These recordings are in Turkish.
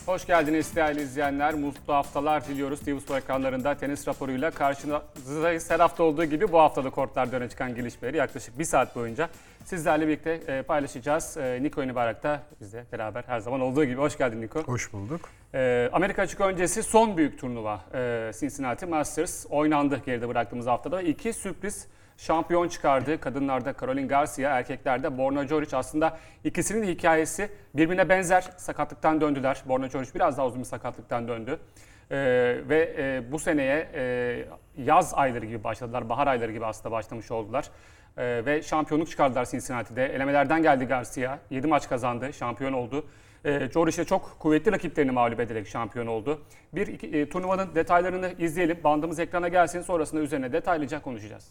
Hoş geldiniz değerli izleyenler. Mutlu haftalar diliyoruz. TV Spor ekranlarında tenis raporuyla karşınızdayız. Her hafta olduğu gibi bu haftada kortlarda öne çıkan gelişmeleri yaklaşık 1 saat boyunca sizlerle birlikte paylaşacağız. Niko Enibarak da bizle beraber her zaman olduğu gibi. Hoş geldin Niko. Hoş bulduk. Amerika açık öncesi son büyük turnuva Cincinnati Masters oynandı geride bıraktığımız haftada. 2 sürpriz şampiyon çıkardı. Kadınlarda Caroline Garcia, erkeklerde Borna Coric. Aslında ikisinin de hikayesi birbirine benzer. Sakatlıktan döndüler. Borna Coric biraz daha uzun bir sakatlıktan döndü. Bu seneye yaz ayları gibi başladılar. Bahar ayları gibi aslında başlamış oldular. Ve şampiyonluk çıkardılar Cincinnati'de. Elemelerden geldi Garcia. 7 maç kazandı. Şampiyon oldu. Coric de çok kuvvetli rakiplerini mağlup ederek şampiyon oldu. Turnuvanın detaylarını izleyelim. Bandımız ekrana gelsin. Sonrasında üzerine detaylıca konuşacağız.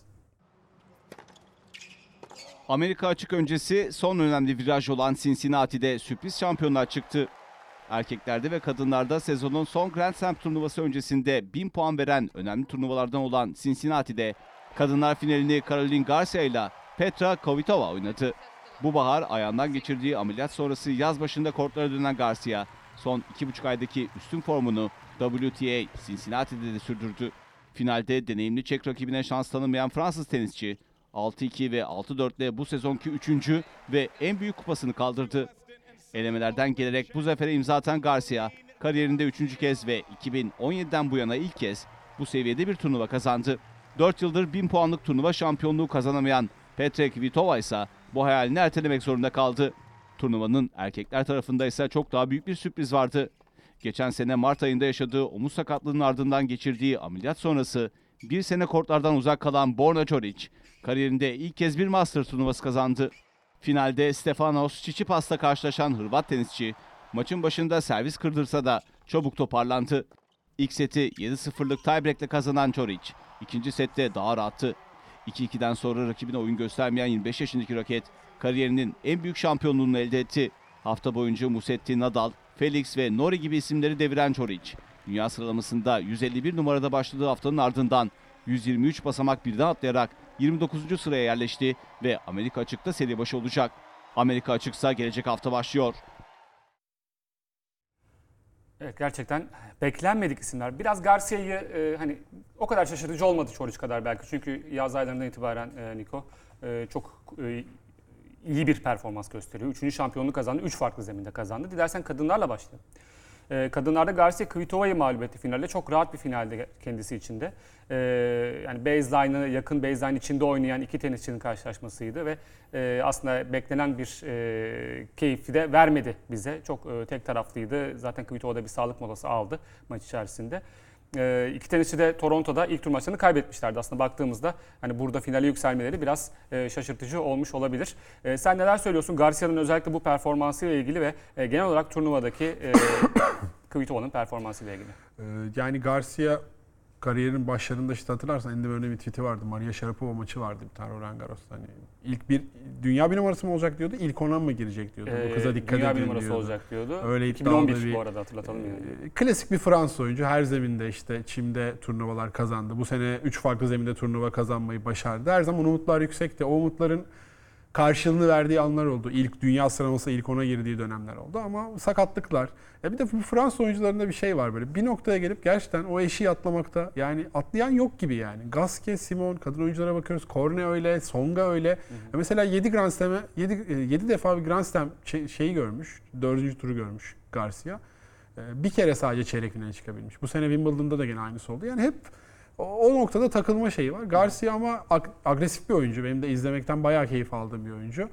Amerika açık öncesi son önemli viraj olan Cincinnati'de sürpriz şampiyonlar çıktı. Erkeklerde ve kadınlarda sezonun son Grand Slam turnuvası öncesinde 1000 puan veren önemli turnuvalardan olan Cincinnati'de kadınlar finalini Caroline Garcia ile Petra Kvitova oynadı. Bu bahar ayağından geçirdiği ameliyat sonrası yaz başında kortlara dönen Garcia son 2,5 aydaki üstün formunu WTA Cincinnati'de de sürdürdü. Finalde deneyimli Çek rakibine şans tanımayan Fransız tenisçi 6-2 ve 6-4 ile bu sezonki 3. ve en büyük kupasını kaldırdı. Elemelerden gelerek bu zafere imza atan Garcia, kariyerinde 3. kez ve 2017'den bu yana ilk kez bu seviyede bir turnuva kazandı. 4 yıldır 1000 puanlık turnuva şampiyonluğu kazanamayan Petra Kvitova ise bu hayalini ertelemek zorunda kaldı. Turnuvanın erkekler tarafında ise çok daha büyük bir sürpriz vardı. Geçen sene Mart ayında yaşadığı omuz sakatlığının ardından geçirdiği ameliyat sonrası bir sene kortlardan uzak kalan Borna Coric, kariyerinde ilk kez bir Masters turnuvası kazandı. Finalde Stefanos Tsitsipas'la karşılaşan Hırvat tenisçi, maçın başında servis kırdırsa da çabuk toparlandı. İlk seti 7-0'lık tiebreak'le kazanan Coric, ikinci sette daha rahattı. 2-2'den sonra rakibine oyun göstermeyen 25 yaşındaki raket, kariyerinin en büyük şampiyonluğunu elde etti. Hafta boyunca Musetti, Nadal, Felix ve Norrie gibi isimleri deviren Coric, dünya sıralamasında 151 numarada başladığı haftanın ardından 123 basamak birden atlayarak 29. sıraya yerleşti ve Amerika açıkta seri başı olacak. Amerika açıksa gelecek hafta başlıyor. Evet, gerçekten beklenmedik isimler. Biraz Garcia'yı hani o kadar şaşırtıcı olmadı Coric kadar belki. Çünkü yaz aylarından itibaren Niko çok iyi bir performans gösteriyor. 3. şampiyonluğu kazandı. 3 farklı zeminde kazandı. Dilersen kadınlarla başlayalım. Kadınlarda Garcia Kvitova'yı mağlup etti finalde. Çok rahat bir finalde kendisi için de. Yani baseline'ı yakın baseline içinde oynayan iki tenisçinin karşılaşmasıydı ve aslında beklenen bir keyfi de vermedi bize. Çok tek taraflıydı. Zaten Kvitova da bir sağlık molası aldı maç içerisinde. İki tenisçi de Toronto'da ilk tur maçlarını kaybetmişlerdi. Aslında baktığımızda hani burada finale yükselmeleri biraz şaşırtıcı olmuş olabilir. Sen neler söylüyorsun Garcia'nın özellikle bu performansıyla ilgili ve genel olarak turnuvadaki Kvitova'nın performansıyla ilgili? Yani Garcia kariyerinin başlarında işte hatırlarsan elinde böyle bir tweet'i vardı. Maria Sharapova maçı vardı bir tane Roland Garros'ta. Hani ilk bir dünya bir numarası mı olacak diyordu, ilk ona mı girecek diyordu. Bu kıza dikkat edin diyordu. diyordu. Dünya bir numarası olacak diyordu. Öyle 2011 bu arada hatırlatalım yani. Klasik bir Fransız oyuncu. Her zeminde işte çimde turnuvalar kazandı. Bu sene 3 farklı zeminde turnuva kazanmayı başardı. Her zaman umutlar yüksekti. O umutların karşılığını verdiği anlar oldu. İlk dünya sıralaması ilk ona girdiği dönemler oldu ama sakatlıklar. Bir de bu Fransız oyuncularında bir şey var böyle. Bir noktaya gelip gerçekten o eşiği atlamakta yani atlayan yok gibi yani. Gasquet, Simon, kadın oyunculara bakıyoruz. Cornet öyle, Tsonga öyle. Mesela 7 Grand Slam'e 7 defa bir Grand Slam şeyi görmüş. 4. turu görmüş Garcia. Bir kere sadece çeyrek finale çıkabilmiş. Bu sene Wimbledon'da da gene aynısı oldu. Yani hep o noktada takılma şeyi var. Garcia ama agresif bir oyuncu. Benim de izlemekten bayağı keyif aldığım bir oyuncu.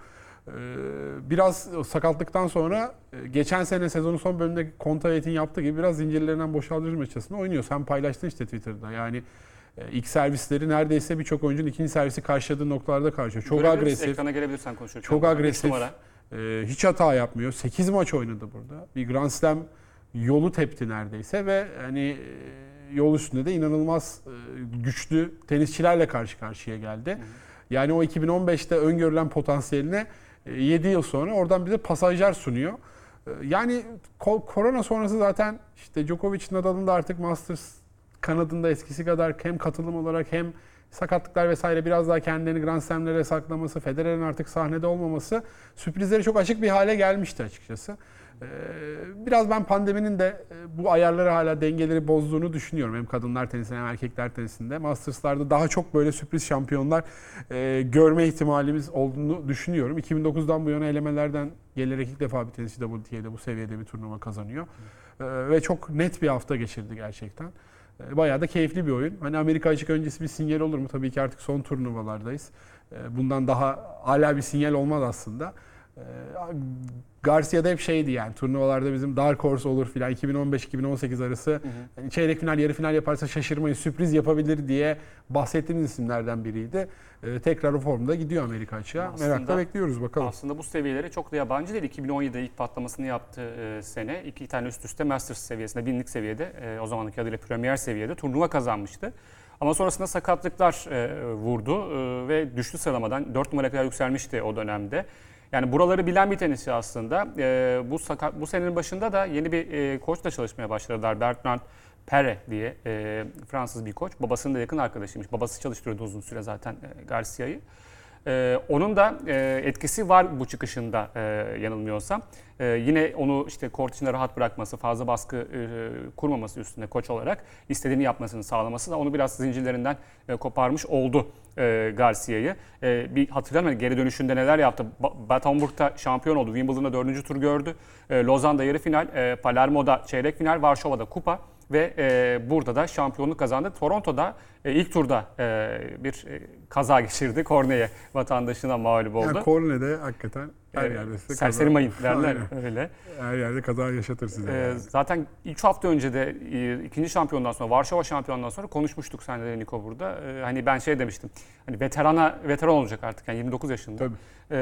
Biraz sakatlıktan sonra geçen sene sezonun son bölümünde Kontaveit yaptığı gibi biraz zincirlerinden boşaldırma açısından oynuyor. Sen paylaştın işte Twitter'da. Yani ilk servisleri neredeyse birçok oyuncunun ikinci servisi karşıladığı noktalarda karşılıyor. Çok agresif. Ekrana gelebilirsen konuşurken. Çok agresif. Hiç hata yapmıyor. 8 maç oynadı burada. Bir Grand Slam yolu tepti neredeyse ve hani yol üstünde de inanılmaz güçlü tenisçilerle karşı karşıya geldi. Yani o 2015'te öngörülen potansiyeline 7 yıl sonra oradan bize pasajlar sunuyor. Yani korona sonrası zaten işte Djokovic, Nadal'ın da artık Masters kanadında eskisi kadar hem katılım olarak hem sakatlıklar vesaire biraz daha kendilerini Grand Slam'lere saklaması, Federer'in artık sahnede olmaması sürprizleri çok açık bir hale gelmişti açıkçası. Biraz ben pandeminin de bu ayarları hala dengeleri bozduğunu düşünüyorum. Hem kadınlar tenisinde hem erkekler tenisinde. Masters'larda daha çok böyle sürpriz şampiyonlar görme ihtimalimiz olduğunu düşünüyorum. 2009'dan bu yana elemelerden gelerek ilk defa bir tenisçi WTA'de bu seviyede bir turnuva kazanıyor. Ve çok net bir hafta geçirdi gerçekten. Bayağı da keyifli bir oyun. Hani Amerika açık öncesi bir sinyal olur mu? Tabii ki artık son turnuvalardayız. Bundan daha hala bir sinyal olmaz aslında. Garcia'da hep şeydi yani turnuvalarda bizim dark horse olur filan 2015-2018 arası yani çeyrek final yarı final yaparsa şaşırmayın sürpriz yapabilir diye bahsettiğimiz isimlerden biriydi. Tekrar o formda gidiyor Amerika açığa. Merakla bekliyoruz bakalım. Aslında bu seviyelere çok da yabancı değil. 2017'de ilk patlamasını yaptığı sene 2 tane üst üste Masters seviyesinde, binlik seviyede o zamanki adıyla Premier seviyede turnuva kazanmıştı. Ama sonrasında sakatlıklar vurdu ve düştü sıralamadan 4 numara kadar yükselmişti o dönemde. Yani buraları bilen bir tenisçi aslında. Bu senenin başında da yeni bir koçla çalışmaya başladılar. Bertrand Perre diye Fransız bir koç. Babasının da yakın arkadaşıymış. Babası çalıştırıyordu uzun süre zaten Garcia'yı. Onun da etkisi var bu çıkışında yanılmıyorsam. Yine onu işte kort içinde rahat bırakması, fazla baskı kurmaması üstüne koç olarak istediğini yapmasını sağlaması da onu biraz zincirlerinden koparmış oldu Garcia'yı. Bir hatırlamıyorum geri dönüşünde neler yaptı. Bad Homburg'da şampiyon oldu. Wimbledon'da 4. tur gördü. Lozan'da yarı final, Palermo'da çeyrek final, Varşova'da kupa. Ve burada da şampiyonluk kazandı. Toronto'da ilk turda bir kaza geçirdi. Korneye vatandaşına mağlup oldu. Yani Korne'de hakikaten her yerde size serseri mayın derler öyle. Her yerde kaza yaşatır size. Yani. Zaten 3 hafta önce de ikinci şampiyondan sonra, Varşova şampiyonundan sonra konuşmuştuk seninle de Niko burada. Hani ben şey demiştim. Hani veteran olacak artık yani 29 yaşında. Tabii.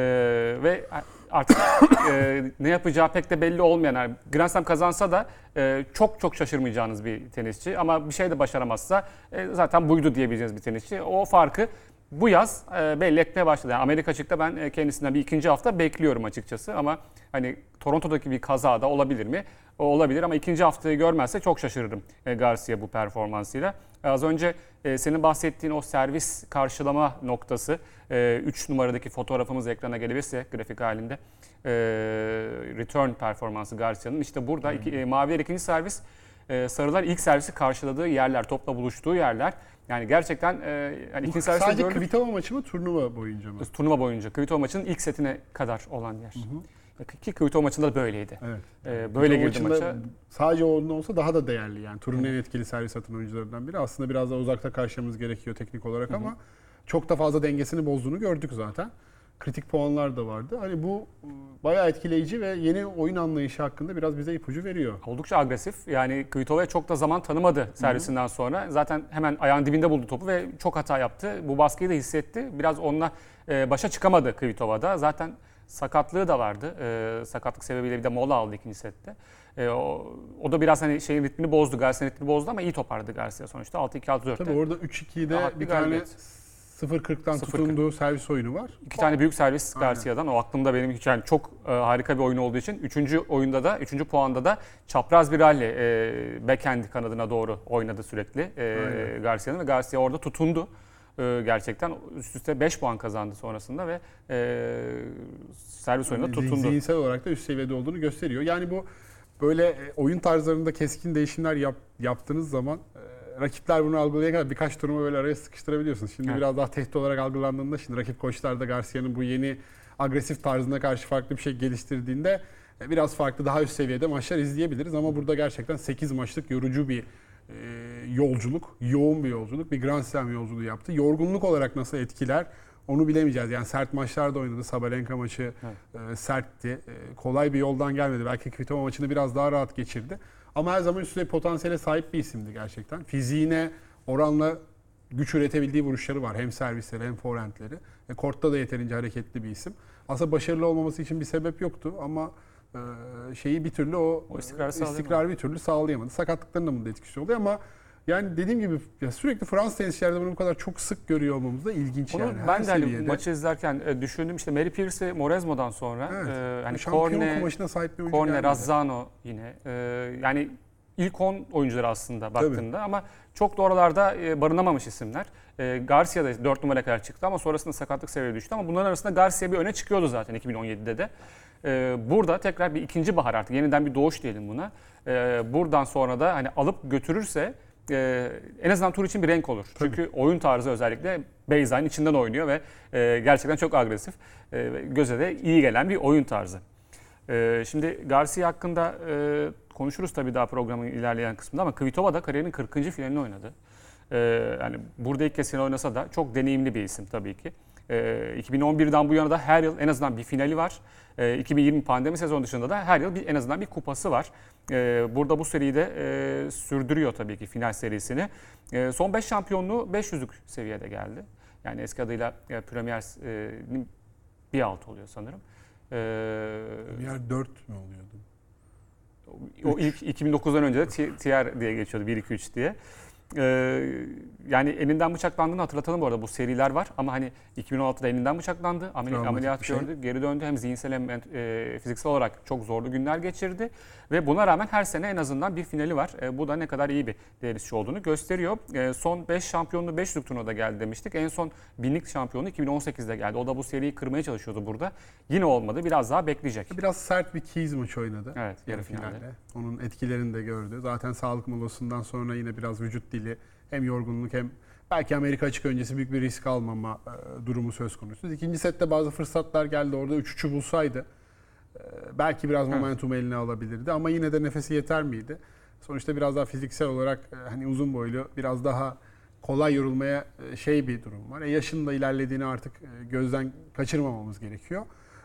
Ve artık ne yapacağı pek de belli olmayan, yani Grand Slam kazansa da çok şaşırmayacağınız bir tenisçi. Ama bir şey de başaramazsa zaten buydu diyebileceğiniz bir tenisçi. O farkı bu yaz belli etmeye başladı. Yani Amerika açıkta ben kendisinden bir ikinci hafta bekliyorum açıkçası. Ama hani Toronto'daki bir kaza da olabilir mi? O olabilir ama ikinci haftayı görmezse çok şaşırırım Garcia bu performansıyla. Az önce senin bahsettiğin o servis karşılama noktası 3 numaradaki fotoğrafımız ekrana gelebilirse grafik halinde return performansı Garcia'nın. İşte burada maviler ikinci servis, sarılar ilk servisi karşıladığı yerler, topla buluştuğu yerler. Yani gerçekten yani ikinci serviste sadece gördük. Kvitova maçı mı turnuva boyunca mı? Turnuva boyunca. Kvitova maçının ilk setine kadar olan yer. Ki Kvitova maçında da böyleydi. Evet. Böyle Kvitova girdi maçında maça. sadece onun olsa daha da değerli yani. Turun en etkili servis atan oyuncularından biri. Aslında biraz daha uzakta karşılamamız gerekiyor teknik olarak ama çok da fazla dengesini bozduğunu gördük zaten. Kritik puanlar da vardı. Hani bu bayağı etkileyici ve yeni oyun anlayışı hakkında biraz bize ipucu veriyor. Oldukça agresif. Yani Kvitova'ya çok da zaman tanımadı servisinden sonra. Zaten hemen ayağın dibinde buldu topu ve çok hata yaptı. Bu baskıyı da hissetti. Biraz onunla başa çıkamadı Kvitova'da. Zaten sakatlığı da vardı. Sakatlık sebebiyle bir de mola aldı ikinci sette. O da biraz hani şeyin ritmini bozdu. Garcia'nın ritmini bozdu ama iyi toparladı Garcia sonuçta. 6-2-6-4'te. Tabii orada 3-2'de rahat bir bir tane galibiyet. 0-40'tan 0-40. tutunduğu servis oyunu var. 2 tane büyük servis Garcia'dan. O aklımda benim için yani çok harika bir oyun olduğu için 3. oyunda da 3. puanda da çapraz bir rally backhand kanadına doğru oynadı sürekli Garcia'nın ve Garcia orada tutundu. Gerçekten üst üste 5 puan kazandı sonrasında ve servis oyununda tutundu. Zihinsel olarak da üst seviyede olduğunu gösteriyor. Yani bu böyle oyun tarzlarında keskin değişimler yaptığınız zaman rakipler bunu algılayana kadar birkaç turnuva böyle araya sıkıştırabiliyorsunuz. Şimdi biraz daha tehdit olarak algılandığında şimdi rakip koçlar da Garcia'nın bu yeni agresif tarzına karşı farklı bir şey geliştirdiğinde biraz farklı daha üst seviyede maçlar izleyebiliriz. Ama burada gerçekten 8 maçlık yorucu bir yolculuk, yoğun bir yolculuk, bir Grand Slam yolculuğu yaptı. Yorgunluk olarak nasıl etkiler onu bilemeyeceğiz. Yani sert maçlar da oynadı. Sabalenka maçı sertti. Kolay bir yoldan gelmedi. Belki Kvitova maçını biraz daha rahat geçirdi. Ama her zaman üstüne potansiyele sahip bir isimdi gerçekten. Fiziğine oranla güç üretebildiği vuruşları var. Hem servisleri hem forehandleri. Kortta da yeterince hareketli bir isim. Aslında başarılı olmaması için bir sebep yoktu ama şeyi bir türlü o istikrarı bir türlü sağlayamadı. Sakatlıkların da bunda etkisi oluyor ama yani dediğim gibi ya sürekli Fransız tenisçilerde bunu bu kadar çok sık görüyor olmamız da ilginç onu yani. Ben de hani maçı izlerken düşündüm işte Mary Pierce Moresmo'dan sonra hani şampiyon kumaşına sahip bir oyuncu Cornet, Razzano yine yani ilk 10 oyuncular aslında baktığında ama çok da oralarda barınamamış isimler. Garcia da 4 numara kadar çıktı ama sonrasında sakatlık seviyeye düştü ama bunların arasında Garcia bir öne çıkıyordu zaten 2017'de de. Burada tekrar bir ikinci bahar artık yeniden bir doğuş diyelim buna. Buradan sonra da hani alıp götürürse en azından tur için bir renk olur. Tabii. Çünkü oyun tarzı özellikle Beyza'nın içinden oynuyor ve gerçekten çok agresif. Göze de iyi gelen bir oyun tarzı. Şimdi Garcia hakkında konuşuruz tabii daha programın ilerleyen kısmında ama Kvitova da kariyerinin 40. finalini oynadı. Yani burada ilk kez final oynasa da çok deneyimli bir isim tabii ki. 2011'den bu yana da her yıl en azından bir finali var. 2020 pandemi sezonu dışında da her yıl en azından bir kupası var. Burada bu seriyi de sürdürüyor tabii ki final serisini. Son 5 şampiyonluğu 500'lük seviyede geldi. Yani eski adıyla Premier'in bir alt oluyor sanırım. Premier 4 mü oluyordu? O ilk 2009'dan önce de TR diye geçiyordu 1-2-3 diye. Yani elinden bıçaklandığını hatırlatalım bu arada, bu seriler var ama hani 2016'da elinden bıçaklandı, ameliyat gördü, geri döndü, hem zihinsel hem fiziksel olarak çok zorlu günler geçirdi ve buna rağmen her sene en azından bir finali var. Bu da ne kadar iyi bir tenisçi olduğunu gösteriyor. Son 5 şampiyonluğu 500'lük turnuvada geldi demiştik. En son 1000'lik şampiyonu 2018'de geldi. O da bu seriyi kırmaya çalışıyordu burada. Yine olmadı. Biraz daha bekleyecek. Biraz sert bir Keys maçı oynadı. Evet, yarı finalde. Onun etkilerini de gördü. Zaten sağlık molasından sonra yine biraz vücut dili, hem yorgunluk hem belki Amerika açık öncesi büyük bir risk almama durumu söz konusu. İkinci sette bazı fırsatlar geldi. Orada 3-3'ü bulsaydı belki biraz momentum eline alabilirdi ama yine de nefesi yeter miydi? Sonuçta biraz daha fiziksel olarak hani uzun boylu, biraz daha kolay yorulmaya bir durum var. Yaşın da ilerlediğini artık gözden kaçırmamamız gerekiyor.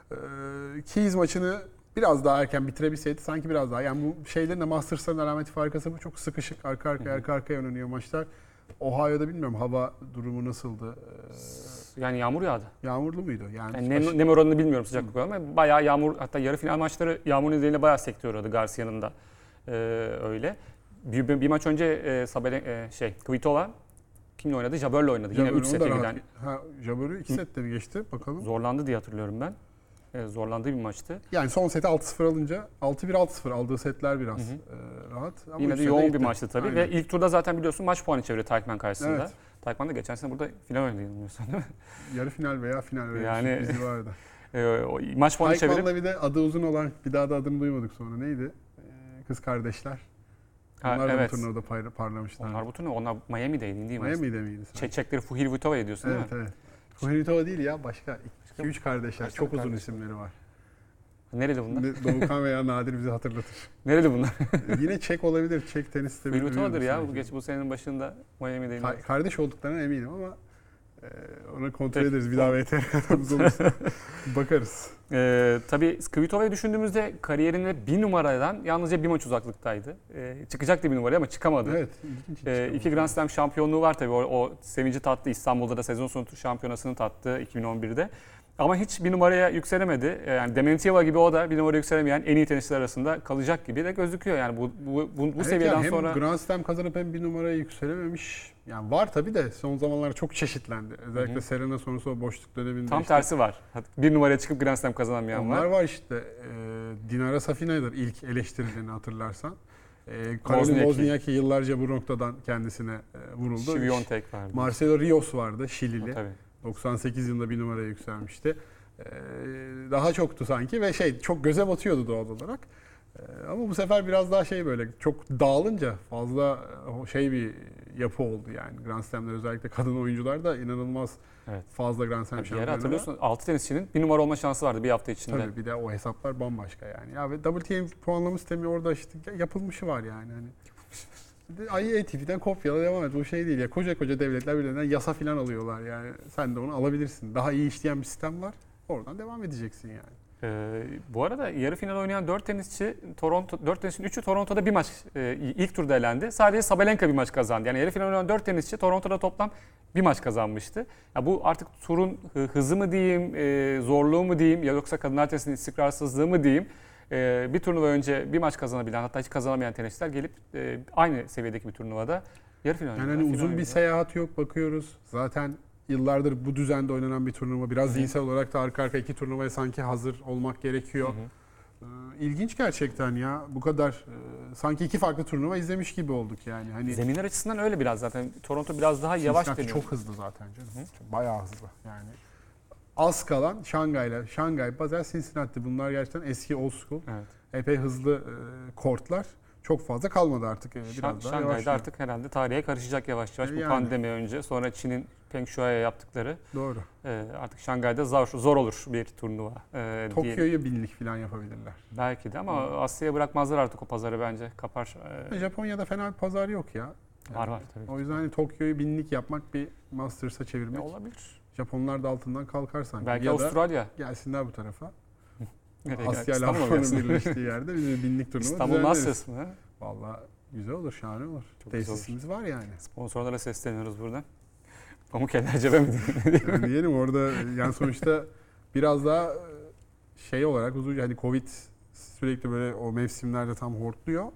Keys maçını biraz daha erken bitirebilseydi sanki biraz daha, yani bu şeylerin de Masters'ların alameti farkası bu, çok sıkışık arka arkaya oynanıyor maçlar. Ohio'da bilmiyorum hava durumu nasıldı? Yani yağmur yağdı. Yağmurlu muydu? Yani nem oranını bilmiyorum sıcaklık olarak ama bayağı yağmur, hatta yarı final maçları yağmur nedeniyle bayağı sekteye uğradı Garcia'nın da öyle. Bir maç önce Kvitova kimle oynadı? Jabber'le oynadı. Yine 3 sete giden. Jabber'ı 2 sette mi geçti? Bakalım. Zorlandı diye hatırlıyorum ben. Zorlandığı bir maçtı. Yani son seti 6-0 alınca 6-1-6-0 aldığı setler biraz rahat. Ama yine de yoğun bir maçtı tabii. Aynen. Ve ilk turda zaten biliyorsun maç puanı çevirdi Teichmann karşısında. Evet. Teichmann da geçen sene burada final oynadı yanılmıyorsan değil mi? Yarı final veya final öyle yani, bir sürprizi vardı. Maç puanı çevirip... Teichmann'la bir de adı uzun olan, bir daha da adını duymadık sonra. Neydi? Kız kardeşler. Onlar da bu turnuvada parlamışlar. Onlar bu turnuva, onlar Miami'deydi değil mi? Miami'de miydi? Çekleri Fuhirvitova'ya ediyorsun değil mi? Evet. Fuhirvitova değil ya, başka 2-3 kardeşler. Çok uzun isimleri var. Nereli bunlar? Doğukan veya Nadir bizi hatırlatır. Nereli bunlar? Yine Çek olabilir. Çek tenis de bir Fuhirvitova'dır ya. Bu senenin başında Miami'deydi. Kardeş olduklarına eminim ama ona kontrol ederiz. Bir daha VTR'miz olursa bakarız. Tabii Kvitova'yı düşündüğümüzde kariyerinde bir numaradan yalnızca bir maç uzaklıktaydı. Çıkacaktı bir numaraya ama çıkamadı. Evet. 2 Grand Slam şampiyonluğu var tabii. O sevinci tattı. İstanbul'da da sezon sonu şampiyonasını tattı 2011'de. Ama hiç bir numaraya yükselemedi. Yani Dementieva gibi o da bir numaraya yükselemeyen en iyi tenisçiler arasında kalacak gibi de gözüküyor. Yani bu seviyeden hem sonra... Hem Grand Slam kazanıp hem bir numaraya yükselememiş. Yani var tabii de son zamanlarda çok çeşitlendi. Özellikle Serena sonrası o boşluk döneminde. Tam tersi var. Bir numaraya çıkıp Grand Slam kazanamayan var. Onlar var işte. Dinara Safina'dır ilk eleştirildiğini hatırlarsan. Karolina Wozniacki yıllarca bu noktadan kendisine vuruldu. Świątek vardı. Marcelo Rios vardı, Şilili. Tabii. 98 yılında bir numaraya yükselmişti. Daha çoktu sanki ve çok göze batıyordu doğal olarak. Ama bu sefer biraz daha böyle çok dağılınca fazla bir yapı oldu yani. Grand Slam'ler özellikle kadın oyuncular da inanılmaz fazla Grand Slam şampiyonu. Bir yere hatırlıyorsun 6 tenisçinin bir numara olma şansı vardı bir hafta içinde. Tabii bir de o hesaplar bambaşka yani. Ya ve WTA puanlama sistemi orada işte yapılmışı var yani. IATP'den kopyala devam et. Bu değil ya. Koca devletler birbirinden yasa falan alıyorlar yani. Sen de onu alabilirsin. Daha iyi işleyen bir sistem var. Oradan devam edeceksin yani. Bu arada yarı final oynayan 4 tenisçinin 3'ü Toronto'da bir maç ilk turda elendi. Sadece Sabalenka bir maç kazandı. Yani yarı final oynayan 4 tenisçi Toronto'da toplam bir maç kazanmıştı. Ya bu artık turun hızı mı diyeyim, zorluğu mu diyeyim, ya yoksa kadınlar tenisinin istikrarsızlığı mı diyeyim. Bir turnuva önce bir maç kazanabilen, hatta hiç kazanamayan tenisçiler gelip aynı seviyedeki bir turnuvada yarı final oynuyorlar. Yani uzun bir seyahat yok, bakıyoruz. Zaten yıllardır bu düzende oynanan bir turnuva. Biraz zihinsel olarak da arka arka 2 turnuvaya sanki hazır olmak gerekiyor. İlginç gerçekten ya. Bu kadar sanki 2 farklı turnuva izlemiş gibi olduk yani. Zeminler açısından öyle biraz zaten. Toronto biraz daha yavaş deniyor. Çok hızlı zaten canım. Bayağı hızlı yani. az kalan Şangay, Basel, Cincinnati. Bunlar gerçekten eski old school. Evet. Epey hızlı kortlar. Çok fazla kalmadı artık. Biraz daha Şangay'da yavaşlıyor. artık herhalde tarihe karışacak yavaş yavaş. Bu Yani. pandemi önce, sonra Çin'in Peng Shuai'ye yaptıkları. Doğru. Artık Şangay'da zor olur bir turnuva. Diyelim. Tokyo'yu binlik falan yapabilirler. Belki de ama Asya'ya bırakmazlar artık o pazarı bence. Kapar. Japonya'da fena bir pazar yok ya. Var tabii. O yüzden hani Tokyo'yu binlik yapmak, bir Masters'a çevirmek. Olabilir. Japonlar da altından kalkar sanki. Belki ya Avustralya. da gelsinler bu tarafa. Nereye Asya ile İstanbul'a Avrupa'nın gelsin. birleştiği yerde bir binlik turnuva İstanbul düzenleriz. Masters mı? Vallahi güzel olur, şahane olur. Çok güzel Tesisimiz var yani. Sponsorlara sesleniyoruz buradan. Pamuk eller cebe mi diyeyim? Yani diyelim orada yani sonuçta biraz daha şey olarak hani Covid sürekli böyle o mevsimlerde tam hortluyor.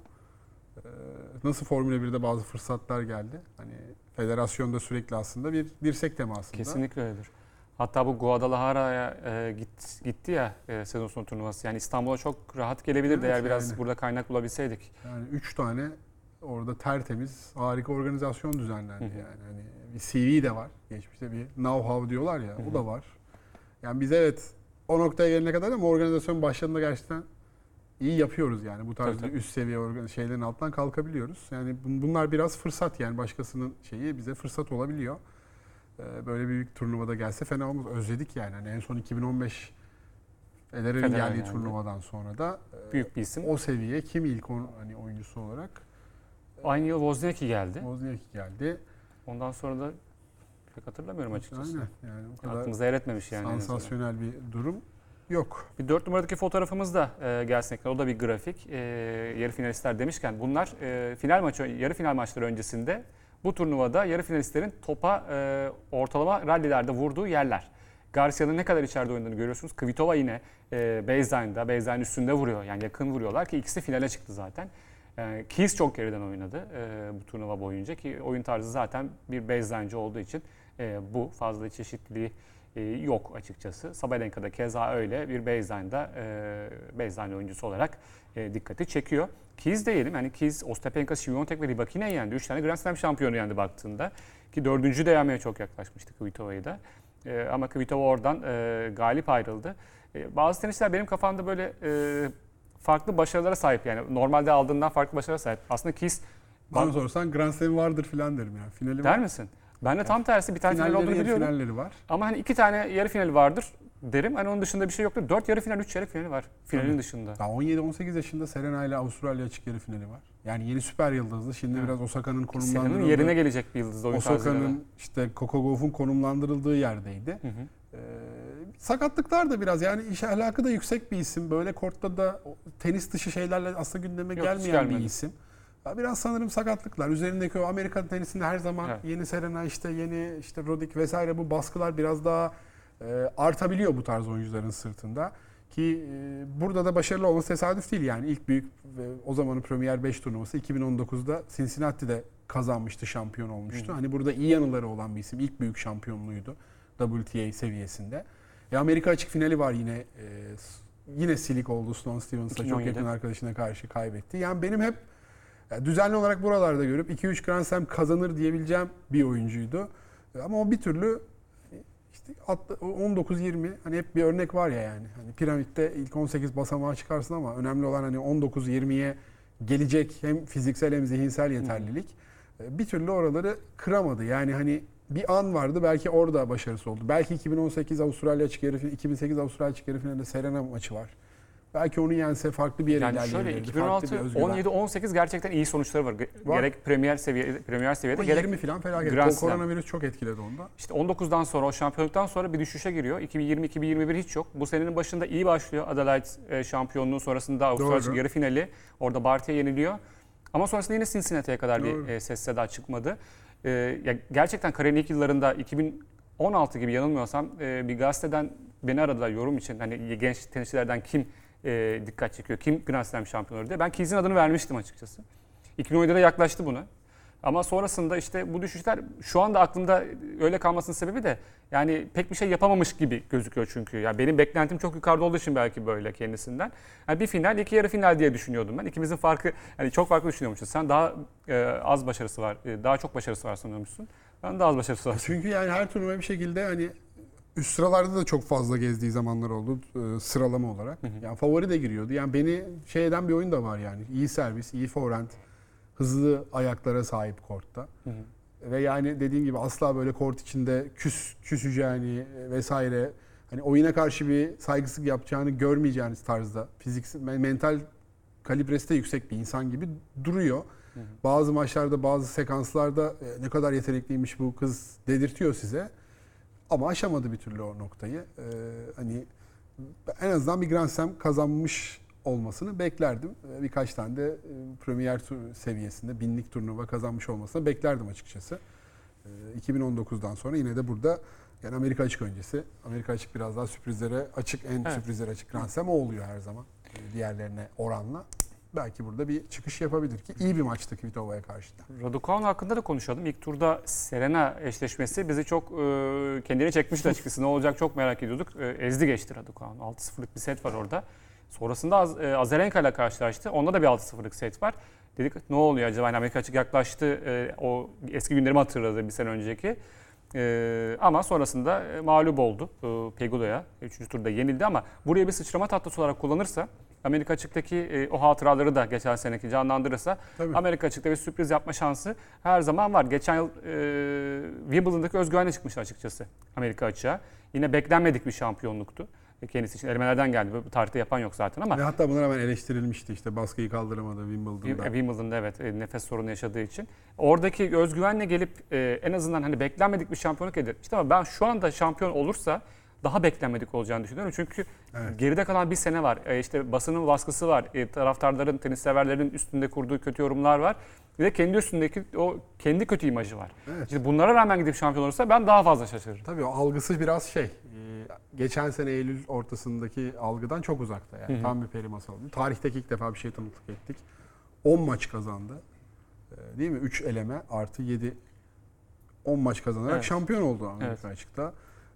Nasıl Formula 1'de bazı fırsatlar geldi. Hani federasyonda sürekli aslında bir dirsek temasında. Kesinlikle öyledir. Hatta bu Guadalajara'ya gitti ya sezon sonu turnuvası. Yani İstanbul'a çok rahat gelebilirdi Evet, eğer biraz yani. burada kaynak bulabilseydik. Yani 3 tane orada tertemiz, harika organizasyon düzenlendi. Hı hı. Yani hani bir CV de var. Geçmişte bir know-how diyorlar ya, Hı hı. o da var. Yani biz evet o noktaya gelene kadar ama organizasyon başlarında gerçekten iyi yapıyoruz yani. Bu tarz Tabii, bir üst seviye şeylerin altından kalkabiliyoruz. Yani bunlar biraz fırsat, yani başkasının şeyi bize fırsat olabiliyor. Böyle bir büyük turnuvada gelse fena olmaz. Özledik yani. Hani en son 2015 Federer'in Federer geldiği yani. turnuvadan sonra da Büyük bir isim. o seviye kim ilk hani oyuncusu olarak? Aynı yıl Wozniacki geldi. Wozniacki geldi. Ondan sonra da pek hatırlamıyorum açıkçası. Aynen. Yani o kadar Aklımıza yer etmemiş yani. en azından. sansasyonel bir durum yok. Bir 4 numaradaki fotoğrafımız da gelsin ekrana. O da bir grafik. Yarı finalistler demişken bunlar yarı final maçları öncesinde bu turnuvada yarı finalistlerin topa ortalama rallilerde vurduğu yerler. Garcia'nın ne kadar içeride oynadığını görüyorsunuz. Kvitova yine baseline'in üstünde vuruyor. Yani yakın vuruyorlar ki ikisi finale çıktı zaten. Keys çok geriden oynadı bu turnuva boyunca ki oyun tarzı zaten bir baseline'ci olduğu için bu fazla çeşitliliği yok açıkçası. Sabalenka da keza öyle bir baseline oyuncusu olarak dikkati çekiyor. Keys diyelim yani Keys, Ostapenka, Świątek ve Rybakina'yı yendi. 3 tane Grand Slam şampiyonu yendi baktığında. Ki 4. de yenmeye çok yaklaşmıştı Kvitova'yı da. Ama Kvitova oradan galip ayrıldı. Bazı tenisçiler benim kafamda böyle farklı başarılara sahip yani normalde aldığından farklı başarılara sahip. Aslında Keys Bana sorarsan Grand Slam vardır filan derim ya. Finali der var. misin? Ben de tam tersi bir tane final olduğunu biliyorum. Finalleri var. Ama hani 2 tane yarı finali vardır derim. Hani onun dışında bir şey yoktur. 4 yarı final, 3 yarı finali var finalin dışında. Daha 17-18 yaşında Serena ile Avustralya açık yarı finali var. Yani yeni süper yıldızlı. Şimdi Evet. biraz Osaka'nın Serena'nın konumlandırıldığı, yerine gelecek bir yıldız oyun tarzıyla da. Osaka'nın işte Coco Gauff'un konumlandırıldığı yerdeydi. Hı hı. Sakatlıklar da biraz, yani iş ahlakı da yüksek bir isim. Böyle kortta da tenis dışı şeylerle aslında gündeme Yok, hiç gelmeyen bir gelmedi. isim. Ya biraz sanırım sakatlıklar. Üzerindeki o Amerikan tenisinde her zaman Evet. yeni Serena, yeni Roddick vesaire, bu baskılar biraz daha artabiliyor bu tarz oyuncuların sırtında. Ki burada da başarılı olması tesadüf değil yani. İlk büyük o zamanın Premier 5 turnuvası 2019'da Cincinnati'de kazanmıştı, şampiyon olmuştu. Hı hı. Hani burada iyi yanıları olan bir isim. İlk büyük şampiyonluğuydu WTA seviyesinde. Amerika açık finali var yine. Yine silik oldu, Sloane Stevens'a çok 2017. yakın arkadaşına karşı kaybetti. Yani benim hep düzenli olarak buralarda görüp 2-3 Grand Slam kazanır diyebileceğim bir oyuncuydu. Ama o bir türlü işte 19-20 hani hep bir örnek var ya yani. Hani piramitte ilk 18 basamağa çıkarsın ama önemli olan hani 19-20'ye gelecek hem fiziksel hem zihinsel yeterlilik. Bir türlü oraları kıramadı. Yani hani bir an vardı, belki orada başarısı oldu. Belki 2018 Avustralya açık yarı finali, 2008 Avustralya açık yarı finalinde Serena maçı var. Belki onu yense farklı bir yere Yani şöyle ilerleyebilirdi. Farklı bir 2016, özgüven. 17, 18 gerçekten iyi sonuçları var. Var. Gerek Premier seviyede Ama gerek 20 falan felaket. Grand O Slam. koronavirüs çok etkiledi onda. İşte 19'dan sonra o şampiyonluktan sonra bir düşüşe giriyor. 2020-2021 hiç yok. Bu senenin başında iyi başlıyor. Adelaide şampiyonluğu sonrasında Avustralya Doğru. yarı finali. Orada Barty'ye yeniliyor. Ama sonrasında yine Cincinnati'ye kadar Doğru. bir ses seda çıkmadı. Ya gerçekten kariyerin ilk yıllarında 2016 gibi yanılmıyorsam bir gazeteden beni aradılar yorum için. Hani genç tenisçilerden kim dikkat çekiyor, kim Grand Slam şampiyonu diye. Ben Keys'in adını vermiştim açıkçası. 2017'de de yaklaştı buna. Ama sonrasında işte bu düşüşler şu anda aklımda öyle kalmasının sebebi de yani pek bir şey yapamamış gibi gözüküyor çünkü. Yani benim beklentim çok yukarıda olduğu için belki böyle kendisinden. Yani bir final, iki yarı final diye düşünüyordum ben. İkimizin farkı, hani çok farklı düşünüyormuşuz. Sen daha az başarısı var, daha çok başarısı var sanıyormuşsun. Ben daha az başarısı var. Çünkü yani her turnuva bir şekilde hani üst sıralarda da çok fazla gezdiği zamanlar oldu sıralama olarak. Yani favori de giriyordu. Yani beni şey eden bir oyun da var yani. İyi servis, iyi forehand, hızlı ayaklara sahip kortta. Ve yani dediğim gibi asla böyle kort içinde küseceğini vesaire, hani oyuna karşı bir saygısızlık yapacağını görmeyeceğiniz tarzda fiziksel, mental kalibresi de yüksek bir insan gibi duruyor. Bazı maçlarda, bazı sekanslarda ne kadar yetenekliymiş bu kız dedirtiyor size. Ama aşamadı bir türlü o noktayı. Hani en azından bir Grand Slam kazanmış olmasını beklerdim. Birkaç tane de Premier seviyesinde binlik turnuva kazanmış olmasını beklerdim açıkçası. 2019'dan sonra yine de burada, yani Amerika Açık öncesi. Amerika Açık biraz daha sürprizlere açık, sürprizlere açık Grand Slam o oluyor her zaman diğerlerine oranla. Belki burada bir çıkış yapabilir ki iyi bir maçtı Kvitova'ya karşı da. Raducanu hakkında da konuşalım. İlk turda Serena eşleşmesi bizi çok kendine çekmişti açıkçası. Ne olacak çok merak ediyorduk. Ezdi geçti Raducanu. 6-0'lık bir set var orada. Sonrasında Azarenka ile karşılaştı. Onda da bir 6-0'lık set var. Dedik ne oluyor acaba? Yani Amerika Açık yaklaştı. O eski günlerimi hatırladı bir sene önceki. Ama sonrasında mağlup oldu Pegula'ya. 3. turda yenildi ama buraya bir sıçrama tahtası olarak kullanırsa, Amerika Açık'taki o hatıraları da geçen seneki canlandırırsa, Tabii. Amerika Açık'ta bir sürpriz yapma şansı her zaman var. Geçen yıl Wimbledon'daki özgüvenle çıkmıştı açıkçası Amerika Açık'a. Yine beklenmedik bir şampiyonluktu. Kendisi için elemelerden geldi. Böyle bir tarihte yapan yok zaten ama. Ve hatta buna rağmen eleştirilmişti, işte baskıyı kaldıramadı Wimbledon'da. Wimbledon'da evet, nefes sorunu yaşadığı için. Oradaki özgüvenle gelip en azından hani beklenmedik bir şampiyonluk elde etmişti ama ben şu anda şampiyon olursa daha beklenmedik olacağını düşünüyorum. Çünkü geride kalan bir sene var. İşte basının baskısı var. Taraftarların, tenis severlerin üstünde kurduğu kötü yorumlar var. Bir de kendi üstündeki o kendi kötü imajı var. Evet. Şimdi bunlara rağmen gidip şampiyon olursa ben daha fazla şaşırırım. Tabii o algısı biraz geçen sene Eylül ortasındaki algıdan çok uzakta yani. Tam bir peri masalı. Tarihteki ilk defa bir şey tanıklık ettik. 10 maç kazandı. Değil mi? 3 eleme artı 7. 10 maç kazanarak şampiyon oldu Amerika Açık'ta.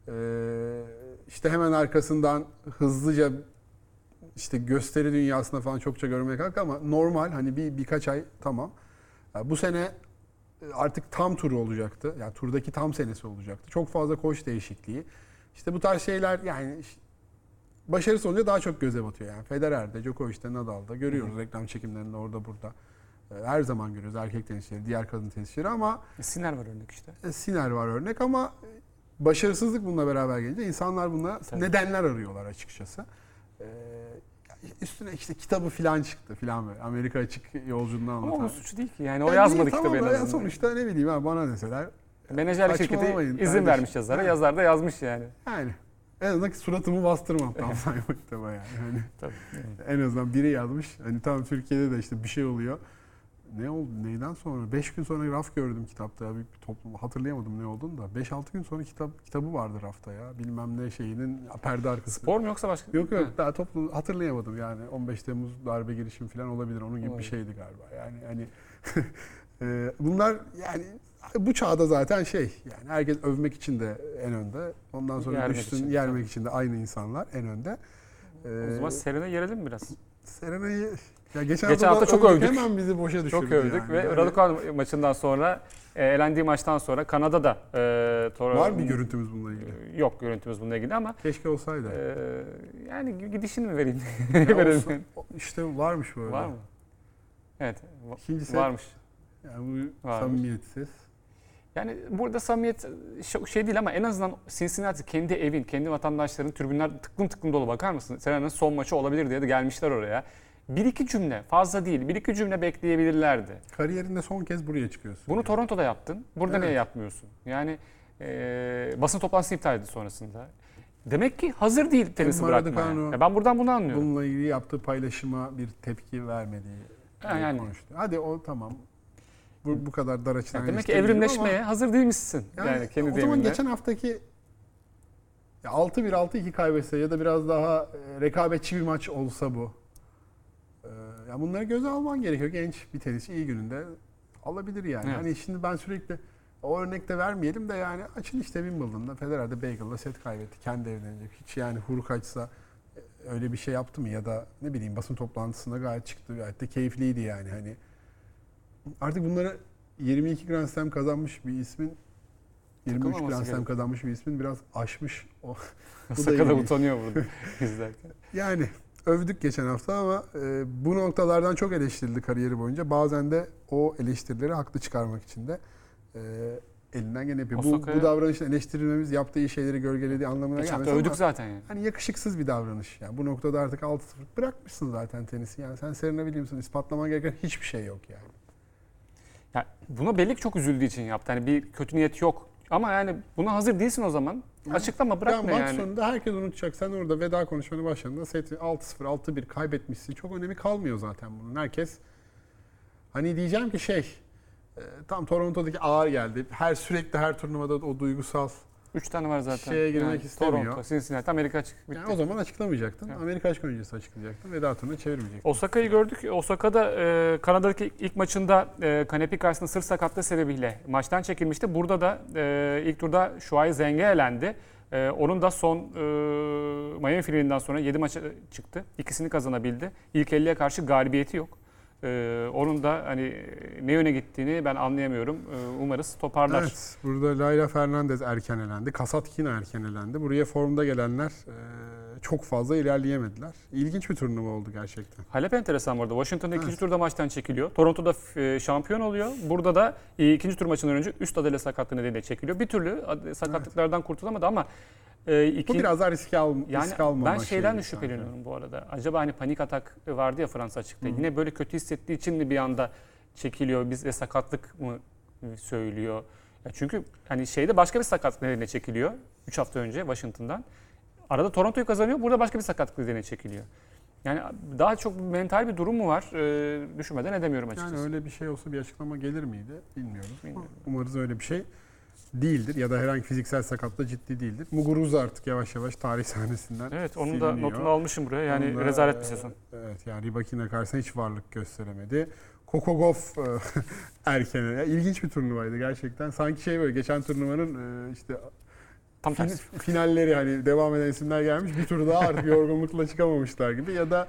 İşte hemen arkasından hızlıca işte gösteri dünyasında falan çokça görmeye kalktı ama normal, hani birkaç ay tamam. Bu sene artık tam turu olacaktı. Yani turdaki tam senesi olacaktı. Çok fazla koç değişikliği. İşte bu tarz şeyler yani başarısı olunca daha çok göze batıyor. Yani Federer'de, Djokovic'te, Nadal'da görüyoruz reklam çekimlerinde orada burada. Her zaman görüyoruz erkek tenisçileri, diğer kadın tenisçileri ama Sinner var örnek işte. Sinner var örnek ama başarısızlık bununla beraber gelince insanlar buna nedenler arıyorlar açıkçası. Üstüne işte kitabı falan çıktı falan böyle. Amerika Açık yolculuğunu anlatan. Ama onun suçu değil ki. Yani o yazmadı kitabı en azından. Sonuçta ne bileyim ben, bana deseler. Menajerlik şirketi izin vermiş yazara. Yazar da yazmış yani. Yani en azından suratımı bastırmam tam sayma kitaba yani. Hani Tabii. en azından biri yazmış. Hani tam Türkiye'de de işte bir şey oluyor. Ne oldu? Neyden sonra? 5 gün sonra raf gördüm kitapta. Bir toplum, hatırlayamadım ne olduğunu da. 5-6 gün sonra kitabı vardı rafta ya. Bilmem ne şeyinin perde arkası. Spor mu yoksa başka? Yok daha toplum hatırlayamadım yani. 15 Temmuz darbe girişimi falan olabilir. Onun gibi bir şeydi galiba. Yani hani bunlar yani bu çağda zaten yani herkes övmek için de en önde. Ondan sonra yermek için de aynı insanlar en önde. O zaman Serena'yı yerelim mi biraz? Serena'yı geçen hafta çok övdük. Hemen bizi boşa düşürdü. Çok övdük yani. ve Raducanu maçından sonra elendiği maçtan sonra Kanada'da var mı bir görüntümüz bununla ilgili? Yok görüntümüz bununla ilgili ama keşke olsaydı. Yani gidişini mi vereyim? İşte varmış böyle. Var mı? Evet. İkincisi varmış. Yani bu samimiyetsiz. Yani burada samimiyet şey değil ama en azından Cincinnati kendi evin, kendi vatandaşların, tribünler tıklım tıklım dolu, bakar mısın? Serena'nın son maçı olabilir diye de gelmişler oraya. Bir iki cümle, fazla değil, bir iki cümle bekleyebilirlerdi. Kariyerinde son kez buraya çıkıyorsun. Bunu yani Toronto'da yaptın, burada niye yapmıyorsun? Yani basın toplantısını iptal edildi sonrasında. Demek ki hazır değil tenisi bırakmaya. Ben buradan bunu anlıyorum. Bununla ilgili yaptığı paylaşıma bir tepki vermediği konuştu. Hadi o tamam. Bu kadar dar açıdan. Demek ki evrimleşmeye hazır değilmişsin. Yani kendi o zaman geçen haftaki 6-1 6-2 kaybetse ya da biraz daha rekabetçi bir maç olsa bu. Ya bunları göze alman gerekiyor. Genç bir tenisçi iyi gününde alabilir yani. Evet. Hani şimdi ben sürekli o örnekte vermeyelim de yani açın işte Wimbledon'da Federer'de Bagel'la set kaybetti. Kendi evine. Hiç yani Hurkaç'sa öyle bir şey yaptı mı ya da ne bileyim basın toplantısında gayet çıktı. Gayet de keyifliydi yani. Hani artık bunları 22 Grand Slam kazanmış bir ismin 23 Takılmaması Grand Slam gerekiyor. kazanmış bir ismin biraz aşmış. O. Bu da Sakala ilginç. utanıyor burada izlerken. Yani övdük geçen hafta ama bu noktalardan çok eleştirildi kariyeri boyunca. Bazen de o eleştirileri haklı çıkarmak için de elinden gene yapıyor. Osaka'ya- Bu davranışın eleştirilmemiz yaptığı iyi şeyleri gölgelediği anlamına Geçen gelmez hafta övdük ama zaten yani. hani yakışıksız bir davranış. Yani bu noktada artık 6-0 bırakmışsın zaten tenisi. Yani sen Serena Williams'ın ispatlaman gereken hiçbir şey yok yani. Ya buna belli ki çok üzüldüğü için yaptı. Hani bir kötü niyet yok. Ama yani buna hazır değilsin o zaman. Açıklama bırakma maç yani. sonunda herkes unutacak. Sen orada veda konuşmanı başladığında seti 6-0, 6-1 kaybetmişsin. Çok önemi kalmıyor zaten bunun. Herkes hani diyeceğim ki tam Toronto'daki ağır geldi. Sürekli her turnuvada o duygusal. 3 tane var zaten. Şeye girmek istemiyor. Toronto, Cincinnati, Amerika açık bitti. Yani o zaman açıklamayacaktın. Evet. Amerika açık öncesi açıklayacaktın. Veda turuna çevirmeyecektin. Osaka'yı gördük. Osaka'da Kanada'daki ilk maçında Kanepi karşısında sırt sakatlığı sebebiyle maçtan çekilmişti. Burada da ilk turda Shuai Zheng'e elendi. Onun da son Miami finalinden sonra 7 maça çıktı. İkisini kazanabildi. İlk 50'ye karşı galibiyeti yok. Onun da hani ne yöne gittiğini ben anlayamıyorum. Umarız toparlar. Evet, burada Layla Fernandez erken elendi. Kasatkina erken elendi. Buraya formda gelenler çok fazla ilerleyemediler. İlginç bir turnuva oldu gerçekten. Halep enteresan bu arada. Washington'da ikinci Evet. turda maçtan çekiliyor. Toronto'da şampiyon oluyor. Burada da ikinci tur maçından önce üst adayla sakatlığı nedeniyle çekiliyor. Bir türlü sakatlıklardan kurtulamadı ama Bu biraz daha risk alma ben maçı şeyden de yani şüpheleniyorum bu arada. Acaba hani panik atak vardı ya Fransa açıkta. Hı. Yine böyle kötü hissettiği için mi bir anda çekiliyor? Bize sakatlık mı söylüyor? Ya çünkü hani şeyde başka bir sakatlık nedeniyle çekiliyor. 3 hafta önce Washington'dan. Arada Toronto'yu kazanıyor. Burada başka bir sakatlık nedeniyle çekiliyor. Yani daha çok mental bir durum mu var? Düşünmeden edemiyorum açıkçası. Yani öyle bir şey olsa bir açıklama gelir miydi bilmiyoruz. Bilmiyorum. Umarız öyle bir şey değildir ya da herhangi fiziksel sakatlığı ciddi değildir. Muguruza artık yavaş yavaş tarih sahnesinden Evet, onun da siliniyor. notunu almışım buraya. Yani Onun da, rezalet bir sezon. Evet, yani Rybakina karşısında hiç varlık gösteremedi. Kokogov erken. İlginç bir turnuvaydı gerçekten. Sanki böyle geçen turnuvanın işte Tam tersi. finalleri hani devam eden isimler gelmiş. Bir tur daha artık yorgunlukla çıkamamışlar gibi ya da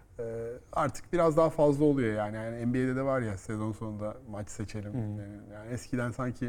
artık biraz daha fazla oluyor yani. Yani NBA'de de var ya sezon sonunda maç seçelim. Yani eskiden sanki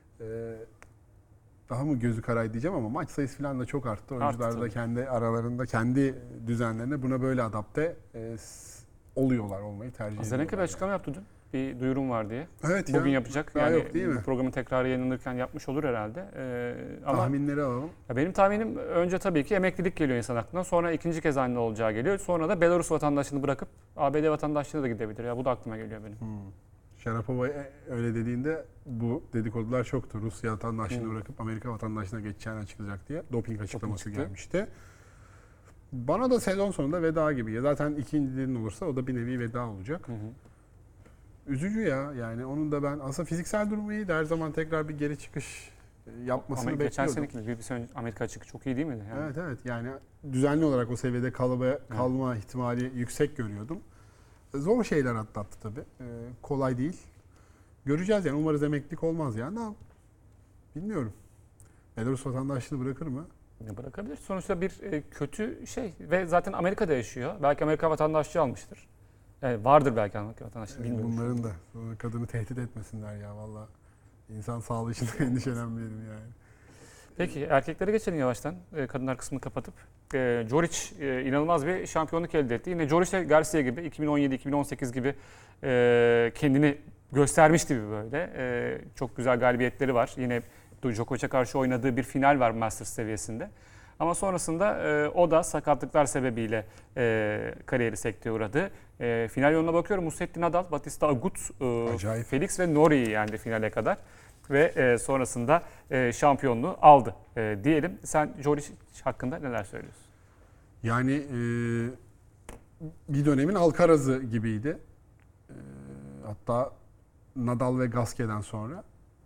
daha mı gözü karaydı diyeceğim ama maç sayısı falan da çok arttı. Oyuncular da tabii. kendi aralarında kendi düzenlerine buna böyle adapte olmayı tercih ediyorlar. Azarenka bir yani. açıklama yaptı dün. Bir duyurum var diye. Evet Bugün ya. yapacak. Daha Yani yok değil mi? bu programın tekrarı yayınlanırken yapmış olur herhalde. Ama Tahminleri alalım. ya benim tahminim önce tabii ki emeklilik geliyor insan aklına. Sonra ikinci kez anne olacağı geliyor. Sonra da Belarus vatandaşlığını bırakıp ABD vatandaşlığına da gidebilir. Ya bu da aklıma geliyor benim. Şarapova öyle dediğinde bu dedikodular çoktu. Rusya vatandaşlığını Hı. bırakıp Amerika vatandaşlığına geçeceğini açıklayacak diye doping açıklaması çıktı. gelmişti. Bana da sezon sonunda veda gibi. Ya zaten ikinciliğin olursa o da bir nevi veda olacak. Hı hı. Üzücü ya. Yani onun da ben aslında fiziksel durumu iyiydi. Her zaman tekrar bir geri çıkış yapmasını Ama geçen bekliyordum. seneki bir sene Amerika açık çok iyi değil miydi? Yani Evet yani düzenli olarak o seviyede kalma ihtimali yüksek görüyordum. Zor şeyler atlattı tabii. Kolay değil. Göreceğiz yani. Umarız emeklilik olmaz yani ama bilmiyorum. Belarus vatandaşlığını bırakır mı? bırakabilir. Sonuçta bir kötü şey ve zaten Amerika'da yaşıyor. Belki Amerika vatandaşlığı almıştır. Yani vardır belki Amerika vatandaşlığı bilmiyorum. Bunların da sonra kadını tehdit etmesinler ya valla. İnsan sağlığı için de endişelenmeyelim yani. Peki erkeklere geçelim yavaştan. Kadınlar kısmını kapatıp. Djoric inanılmaz bir şampiyonluk elde etti. Yine Djoric de Garcia gibi 2017-2018 gibi kendini göstermişti böyle. Çok güzel galibiyetleri var. Yine Djokovic'e karşı oynadığı bir final var Masters seviyesinde. Ama sonrasında o da sakatlıklar sebebiyle kariyeri sekteye uğradı. Final yoluna bakıyorum. Musetti Nadal, Bautista Agut, Acayip. Felix ve Norrie'yi yendi finale kadar. Ve sonrasında şampiyonluğu aldı diyelim. Sen Djoric hakkında neler söylüyorsun? Yani bir dönemin Alcaraz'ı gibiydi. Hatta Nadal ve Gasquet'den sonra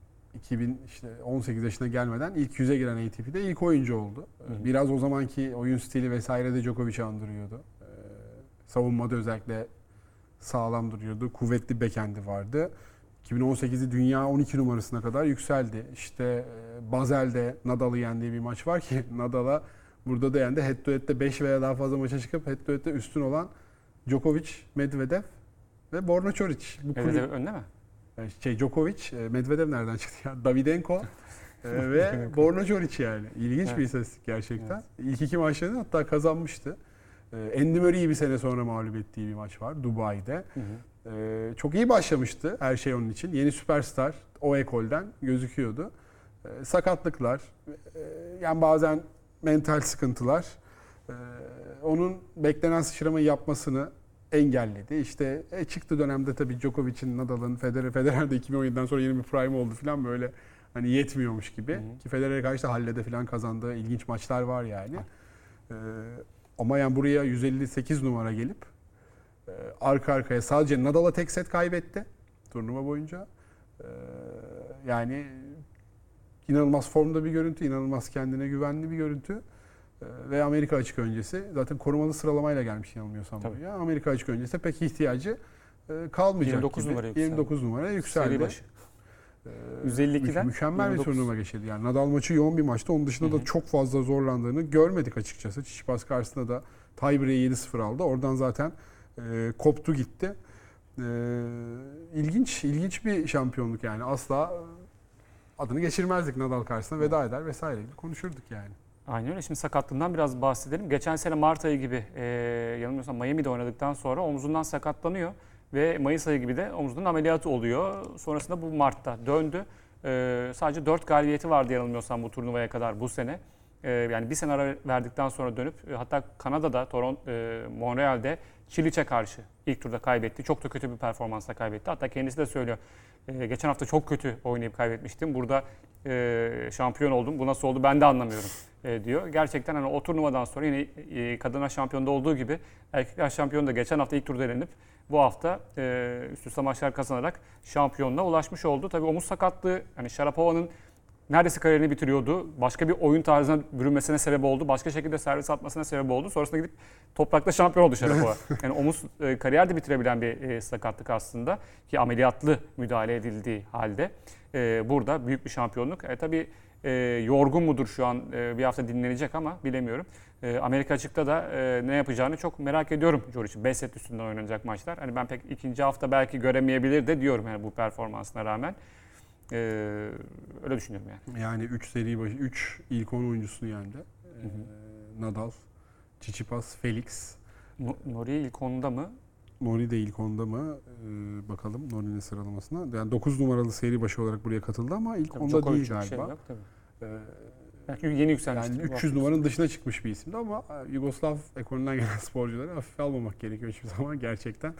18 yaşına gelmeden ilk 100'e giren ATP'de ilk oyuncu oldu. Hı. Biraz o zamanki oyun stili vesaire de Djokovic'i andırıyordu. Savunmada özellikle sağlam duruyordu. Kuvvetli backhand'i vardı. 2018'de dünya 12 numarasına kadar yükseldi. İşte Basel'de Nadal'ı yendiği bir maç var ki Nadal'a burada da yendi. Head to head'de 5 veya daha fazla maça çıkıp head to head'de üstün olan Djokovic, Medvedev ve Borna Coric. Bu Medvedev önde mi? Djokovic, Medvedev nereden çıktı ya? Davydenko ve Borna Coric yani. İlginç bir Evet. istatistik gerçekten. İlk 2 maçlarını hatta kazanmıştı. Andy Murray'i bir sene sonra mağlup ettiği bir maç var Dubai'de. Çok iyi başlamıştı her şey onun için. Yeni süperstar o ekolden gözüküyordu. Sakatlıklar, yani bazen mental sıkıntılar onun beklenen sıçramayı yapmasını engelledi. İşte çıktı dönemde tabii Djokovic'in, Nadal'ın, Federer'de 2017'den sonra yeni bir prime oldu falan, böyle hani yetmiyormuş gibi. Ki Federer'e karşı da Halle'de falan kazandığı ilginç maçlar var yani. Ama yani buraya 158 numara gelip arka arkaya sadece Nadal'a tek set kaybetti turnuva boyunca. Yani inanılmaz formda bir görüntü, inanılmaz kendine güvenli bir görüntü. Ve Amerika açık öncesi zaten korumalı sıralamayla gelmiş yanılmıyorsam buraya. Amerika açık öncesi pek ihtiyacı kalmayacak 29 gibi. numara yükseldi. 29 numaraya yükseldi. Seri başı. 152'den mükemmel 29. bir turnuva geçirdi. Yani Nadal maçı yoğun bir maçtı. Onun dışında da çok fazla zorlandığını görmedik açıkçası. Tsitsipas karşısında da tiebreak'i 7-0 aldı. Oradan zaten koptu gitti. İlginç bir şampiyonluk yani. Asla adını geçirmezdik Nadal karşısında, veda eder vesaire gibi konuşurduk yani. Aynen öyle. Şimdi sakatlığından biraz bahsedelim. Geçen sene Mart ayı gibi yanılmıyorsam Miami'de oynadıktan sonra omzundan sakatlanıyor. Ve Mayıs ayı gibi de omzundan ameliyatı oluyor. Sonrasında bu Mart'ta döndü. Sadece 4 galibiyeti vardı yanılmıyorsam bu turnuvaya kadar bu sene. Yani bir sene ara verdikten sonra dönüp hatta Kanada'da, Montreal'de Çiliç'e karşı ilk turda kaybetti. Çok da kötü bir performansla kaybetti. Hatta kendisi de söylüyor. Geçen hafta çok kötü oynayıp kaybetmiştim. Burada şampiyon oldum. Bu nasıl oldu ben de anlamıyorum diyor. Gerçekten hani o turnuvadan sonra yine kadınlar şampiyonda olduğu gibi erkekler şampiyonu da geçen hafta ilk turda elenip bu hafta üst üste maçlar kazanarak şampiyonluğa ulaşmış oldu. Tabii omuz sakatlığı hani Sharapova'nın neredeyse kariyerini bitiriyordu. Başka bir oyun tarzına bürünmesine sebep oldu. Başka şekilde servis atmasına sebep oldu. Sonrasında gidip toprakta şampiyon oldu Sharapova. Yani omuz kariyer de bitirebilen bir sakatlık aslında. Ki ameliyatlı müdahale edildiği halde. Burada büyük bir şampiyonluk. Tabii yorgun mudur şu an, bir hafta dinlenecek ama bilemiyorum. Amerika açıkta da ne yapacağını çok merak ediyorum Djoric'in. 5 set üstünden oynanacak maçlar. Hani ben pek ikinci hafta belki göremeyebilir de diyorum yani bu performansına rağmen. Öyle düşünüyorum yani. Yani 3 seri başı, 3 ilk 10 oyuncusunu yendi. Nadal, Tsitsipas, Felix. Norrie ilk 10'da mı? Norrie de ilk 10'da mı? Bakalım Norrie'nin sıralamasına. Yani 9 numaralı seri başı olarak buraya katıldı ama ilk 10'da Djokovic değil bir galiba. şey yok tabii. Belki yeni yükselmiştir. Yani 300 numaranın dışına çıkmış bir isimdi ama Yugoslav ekolünden gelen sporcuları hafife almamak gerekiyor hiçbir zaman gerçekten.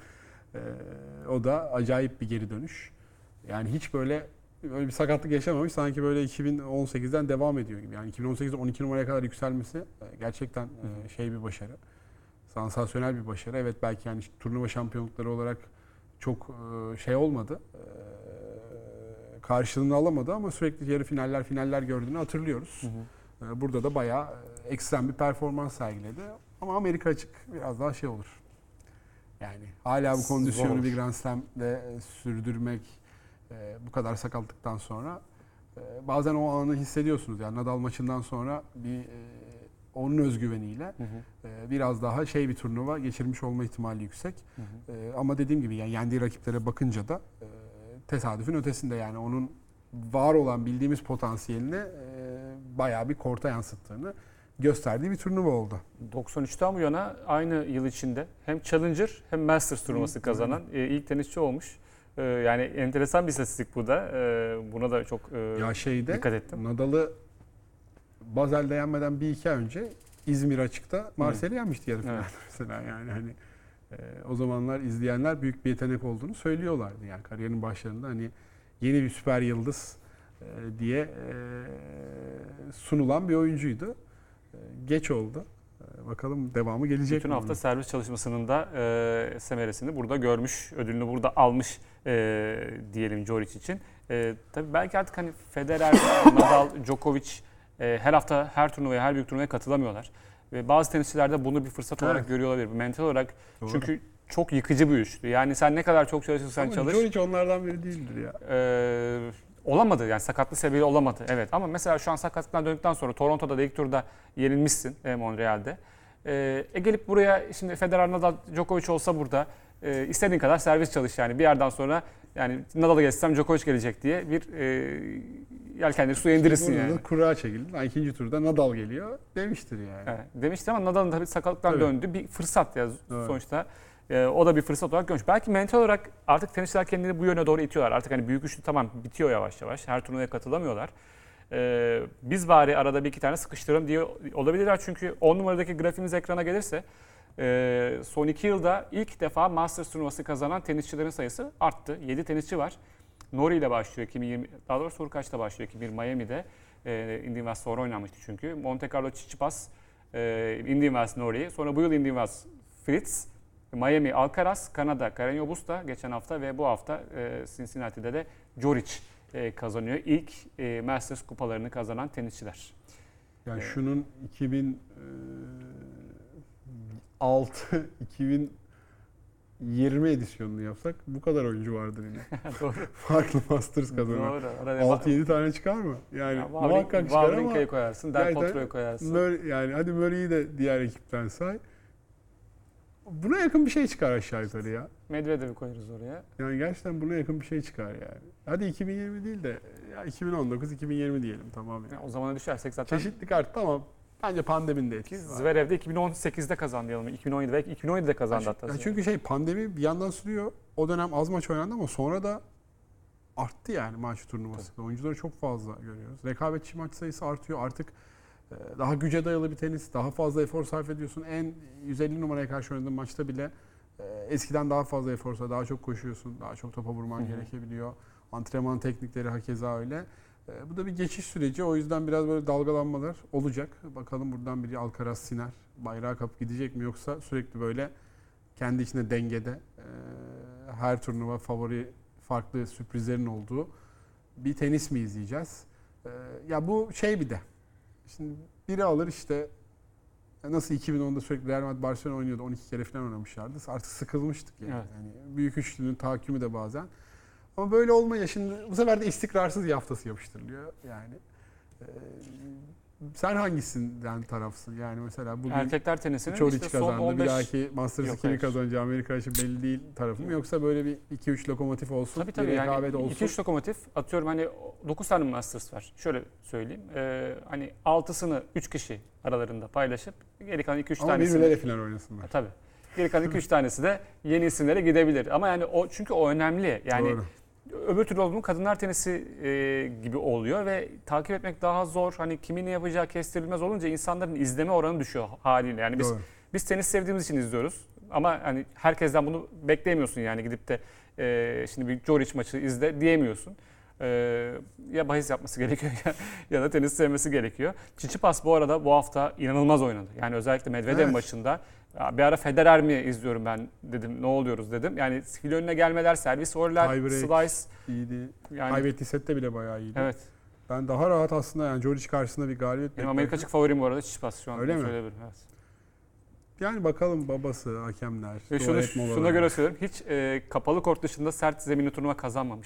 O da acayip bir geri dönüş. Yani hiç böyle bir sakatlık yaşamamış, sanki böyle 2018'den devam ediyor gibi. Yani 2018'de 12 numaraya kadar yükselmesi gerçekten bir başarı. Sansasyonel bir başarı. Evet, belki yani turnuva şampiyonlukları olarak çok olmadı. Karşılığını alamadı ama sürekli yarı finaller gördüğünü hatırlıyoruz. Burada da bayağı ekstrem bir performans sergiledi. Ama Amerika açık biraz daha olur. Yani hala bu kondisyonu Zor. bir Grand Slam'de sürdürmek bu kadar sakatlıktan sonra bazen o anı hissediyorsunuz. Yani Nadal maçından sonra onun özgüveniyle biraz daha bir turnuva geçirmiş olma ihtimali yüksek. Ama dediğim gibi yani yendiği rakiplere bakınca da tesadüfün ötesinde, yani onun var olan bildiğimiz potansiyelini bayağı bir korta yansıttığını gösterdiği bir turnuva oldu. 93'ten bu yana aynı yıl içinde hem Challenger hem Masters turnuvası kazanan ilk tenisçi olmuş. Yani enteresan bir istatistik bu da. Buna da çok dikkat ettim. Nadal'ı Basel'de yenmeden bir iki ay önce İzmir açıkta Marseille'i yenmişti yarı finalde mesela. Yani hani o zamanlar izleyenler büyük bir yetenek olduğunu söylüyorlardı. Yani kariyerinin başlarında hani yeni bir süper yıldız diye sunulan bir oyuncuydu. Geç oldu. Bakalım devamı gelecek Bütün mi? hafta servis çalışmasının da semeresini burada görmüş, ödülünü burada almış diyelim Djoric için. Tabii belki artık hani Federer, Nadal, Djokovic her hafta her turnuvaya, her büyük turnuvaya katılamıyorlar. Ve bazı tenisçiler de bunu bir fırsat olarak görüyor olabilir. Mental olarak. Doğru. Çünkü çok yıkıcı bir üçlü. Yani sen ne kadar çok çalışırsan çalış. Djoric onlardan biri değildir ya. Olamadı yani, sakatlık sebebiyle olamadı. Evet, ama mesela şu an sakatlıktan döndükten sonra Toronto'da da ilk turda yenilmişsin Montreal'de. Gelip buraya şimdi Federer, Nadal, Djokovic olsa burada istediğin kadar servis çalış yani. Bir yerden sonra yani Nadal'ı geçsem Djokovic gelecek diye bir yelkenleri suya indirirsin Burada yani. da kura çekildi. Lan ikinci turda Nadal geliyor demiştir yani. Evet, demişti ama Nadal'ın tabii sakatlıktan Tabii. döndü. Bir fırsat ya Evet. sonuçta. O da bir fırsat olarak görmüş. Belki mental olarak artık tenisçiler kendini bu yöne doğru itiyorlar. Artık hani büyük üçlü tamam bitiyor yavaş yavaş. Her turnuvaya katılamıyorlar. Biz bari arada bir iki tane sıkıştıralım diye olabilirler. Çünkü 10 numaradaki grafiğimiz ekrana gelirse son 2 yılda ilk defa Masters turnuvası kazanan tenisçilerin sayısı arttı. 7 tenisçi var. Nori ile başlıyor 2020, daha doğrusu Hurkaç'ta başlıyor 2001 Miami'de. Indian Wells sonra oynanmıştı çünkü. Monte Carlo Tsitsipas, Indian Wells Nori. Sonra bu yıl Indian Wells Fritz, Miami Alcaraz, Kanada Carreño Busta geçen hafta ve bu hafta Cincinnati'de de Djoric kazanıyor. İlk Masters kupalarını kazanan tenisçiler. Yani şunun 2006 2020 edisyonunu yapsak bu kadar oyuncu vardır yine. Doğru. Farklı Masters kazanan. Doğru. Arada 6-7 tane çıkar mı? Yani muhakkak çıkar ama Wawrinka'yı koyarsın, Del gerçekten Potro'yu koyarsın. Yani hadi Murray'i de diğer ekipten say. Buna yakın bir şey çıkar aşağı yukarı ya. Medvedev'i koyarız oraya. Yani gerçekten buna yakın bir şey çıkar yani. Hadi 2020 değil de ya 2019-2020 diyelim tamam yani. O zamana düşersek zaten Çeşitlilik arttı ama bence pandeminin de etkisi var. Zverev'de 2018'de kazandı yanılmıyor. 2017 belki 2017'de kazandı hatta. Ya çünkü pandemi bir yandan sürüyor. O dönem az maç oynandı ama sonra da arttı yani maç turnuvası. Oyuncuları çok fazla görüyoruz. Rekabetçi maç sayısı artıyor. Artık daha güce dayalı bir tenis, daha fazla efor sarf ediyorsun. En 150 numaraya karşı oynadığın maçta bile eskiden daha fazla efor sarf, daha çok koşuyorsun, daha çok topa vurman gerekebiliyor. Antrenman teknikleri hakeza öyle. Bu da bir geçiş süreci. O yüzden biraz böyle dalgalanmalar olacak. Bakalım buradan biri Alcaraz siner. Bayrağı kapıp gidecek mi yoksa sürekli böyle kendi içinde dengede her turnuva favori farklı sürprizlerin olduğu bir tenis mi izleyeceğiz? Ya bu bir de. Şimdi biri alır işte nasıl 2010'da sürekli Real Madrid Barcelona oynuyordu. 12 kere falan oynamışlardı. Artık sıkılmıştık yani. Evet. Yani büyük üçlünün tahakkümü de bazen. Ama böyle olmayınca şimdi bu sefer de istikrarsız yaftası yapıştırılıyor yani. Sen hangisinden tarafsın? Yani mesela bugün erkekler tenisinin Çoric işte son kazandı. 15 Bir dahaki Masters'ı Yok, kimi hayır. kazanacağı Amerika için belli değil tarafı mı? Yoksa böyle bir 2-3 lokomotif olsun, Tabii bir rekabet yani olsun. 2-3 lokomotif atıyorum hani 9 tane Masters var. Şöyle söyleyeyim. Hani 6'sını 3 kişi aralarında paylaşıp geri kalan 2-3 Ama tanesini birbirleriyle falan oynasınlar. tabii. Geri kalan 2-3 tanesi de yeni isimlere gidebilir. Ama yani çünkü o önemli. Yani Doğru. öbür türlü olduğum kadınlar tenisi gibi oluyor ve takip etmek daha zor. Hani kimin ne yapacağı kestirilmez olunca insanların izleme oranı düşüyor haliyle. Yani Doğru. biz tenis sevdiğimiz için izliyoruz. Ama hani herkesten bunu bekleyemiyorsun yani gidip de şimdi bir Djoric maçı izle diyemiyorsun. Ya bahis yapması gerekiyor ya da tenis sevmesi gerekiyor. Tsitsipas bu arada bu hafta inanılmaz oynadı. Yani özellikle Medvedev Evet. maçında ya bir ara Federer mi izliyorum ben dedim. Ne oluyoruz dedim. Yani fil önüne gelmeler, servis orlar, Tiebreak. slice. İyiydi. Yani Kaybettiği sette bile bayağı iyiydi. evet. Ben daha rahat aslında yani Djoric karşısında bir galibiyet Benim beklerdim. Amerika açık favorim bu arada Tsitsipas şu an. Öyle mi? Söyleyebilirim, evet. Yani bakalım babası, hakemler, Ve tuvalet molaları. şuna göre söylüyorum. Hiç kapalı kort dışında sert zeminli turnuva kazanmamış.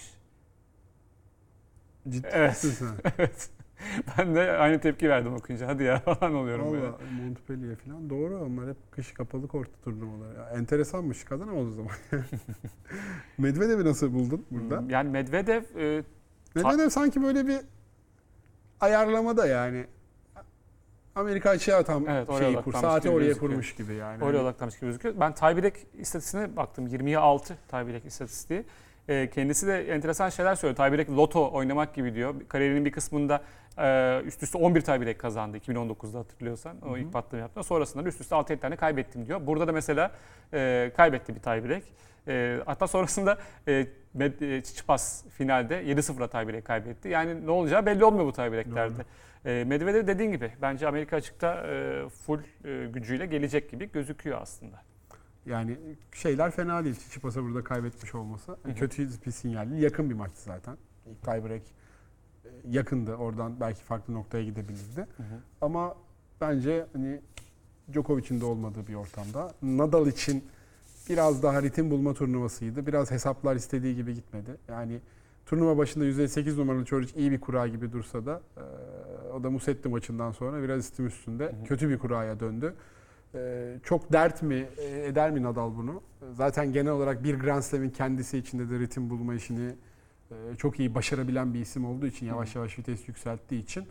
Ciddi Evet. misin sen? Evet. Ben de aynı tepki verdim okuyunca. Hadi ya falan oluyorum böyle. Valla Montpellier falan doğru. Onlar hep kış kapalı kort turnuvaları. Ya, enteresanmış. Kazanamadı o zaman. Medvedev'i nasıl buldun burada? Yani Medvedev Medvedev sanki böyle bir ayarlamada yani. Amerika açığa tam Evet, oraya şeyi odaklanmış saati gibi oraya gözüküyor. kurmuş gibi yani. oraya Hani odaklanmış gibi gözüküyor. Ben tiebreak istatistiğine baktım. 20'ye 6 tiebreak istatistiği. Kendisi de enteresan şeyler söylüyor. Tiebreak loto oynamak gibi diyor. Kariyerinin bir kısmında üst üste 11 tiebreak kazandı 2019'da hatırlıyorsan. O ilk patlama yaptı. Sonrasında üst üste 6-7 tane kaybettim diyor. Burada da mesela kaybetti bir tiebreak. Hatta sonrasında Tsitsipas finalde 7-0'a tiebreak kaybetti. Yani ne olacağı belli olmuyor bu tiebreaklerde. Medvedev dediğin gibi bence Amerika açıkta full gücüyle gelecek gibi gözüküyor aslında. yani şeyler fena değil. Tsitsipas'a burada kaybetmiş olması. Kötü bir sinyal değil. Yakın bir maçtı zaten. İlk tiebreak yakındı. Oradan belki farklı noktaya gidebilirdi. Ama bence hani Djokovic'in de olmadığı bir ortamda. Nadal için biraz daha ritim bulma turnuvasıydı. Biraz hesaplar istediği gibi gitmedi. Yani turnuva başında %8 numaralı Çoric iyi bir kura gibi dursa da o da Musetti maçından sonra biraz istim üstünde kötü bir kuraya döndü. Çok dert mi eder mi Nadal bunu? Zaten genel olarak bir Grand Slam'in kendisi içinde de ritim bulma işini çok iyi başarabilen bir isim olduğu için, yavaş yavaş vites yükselttiği için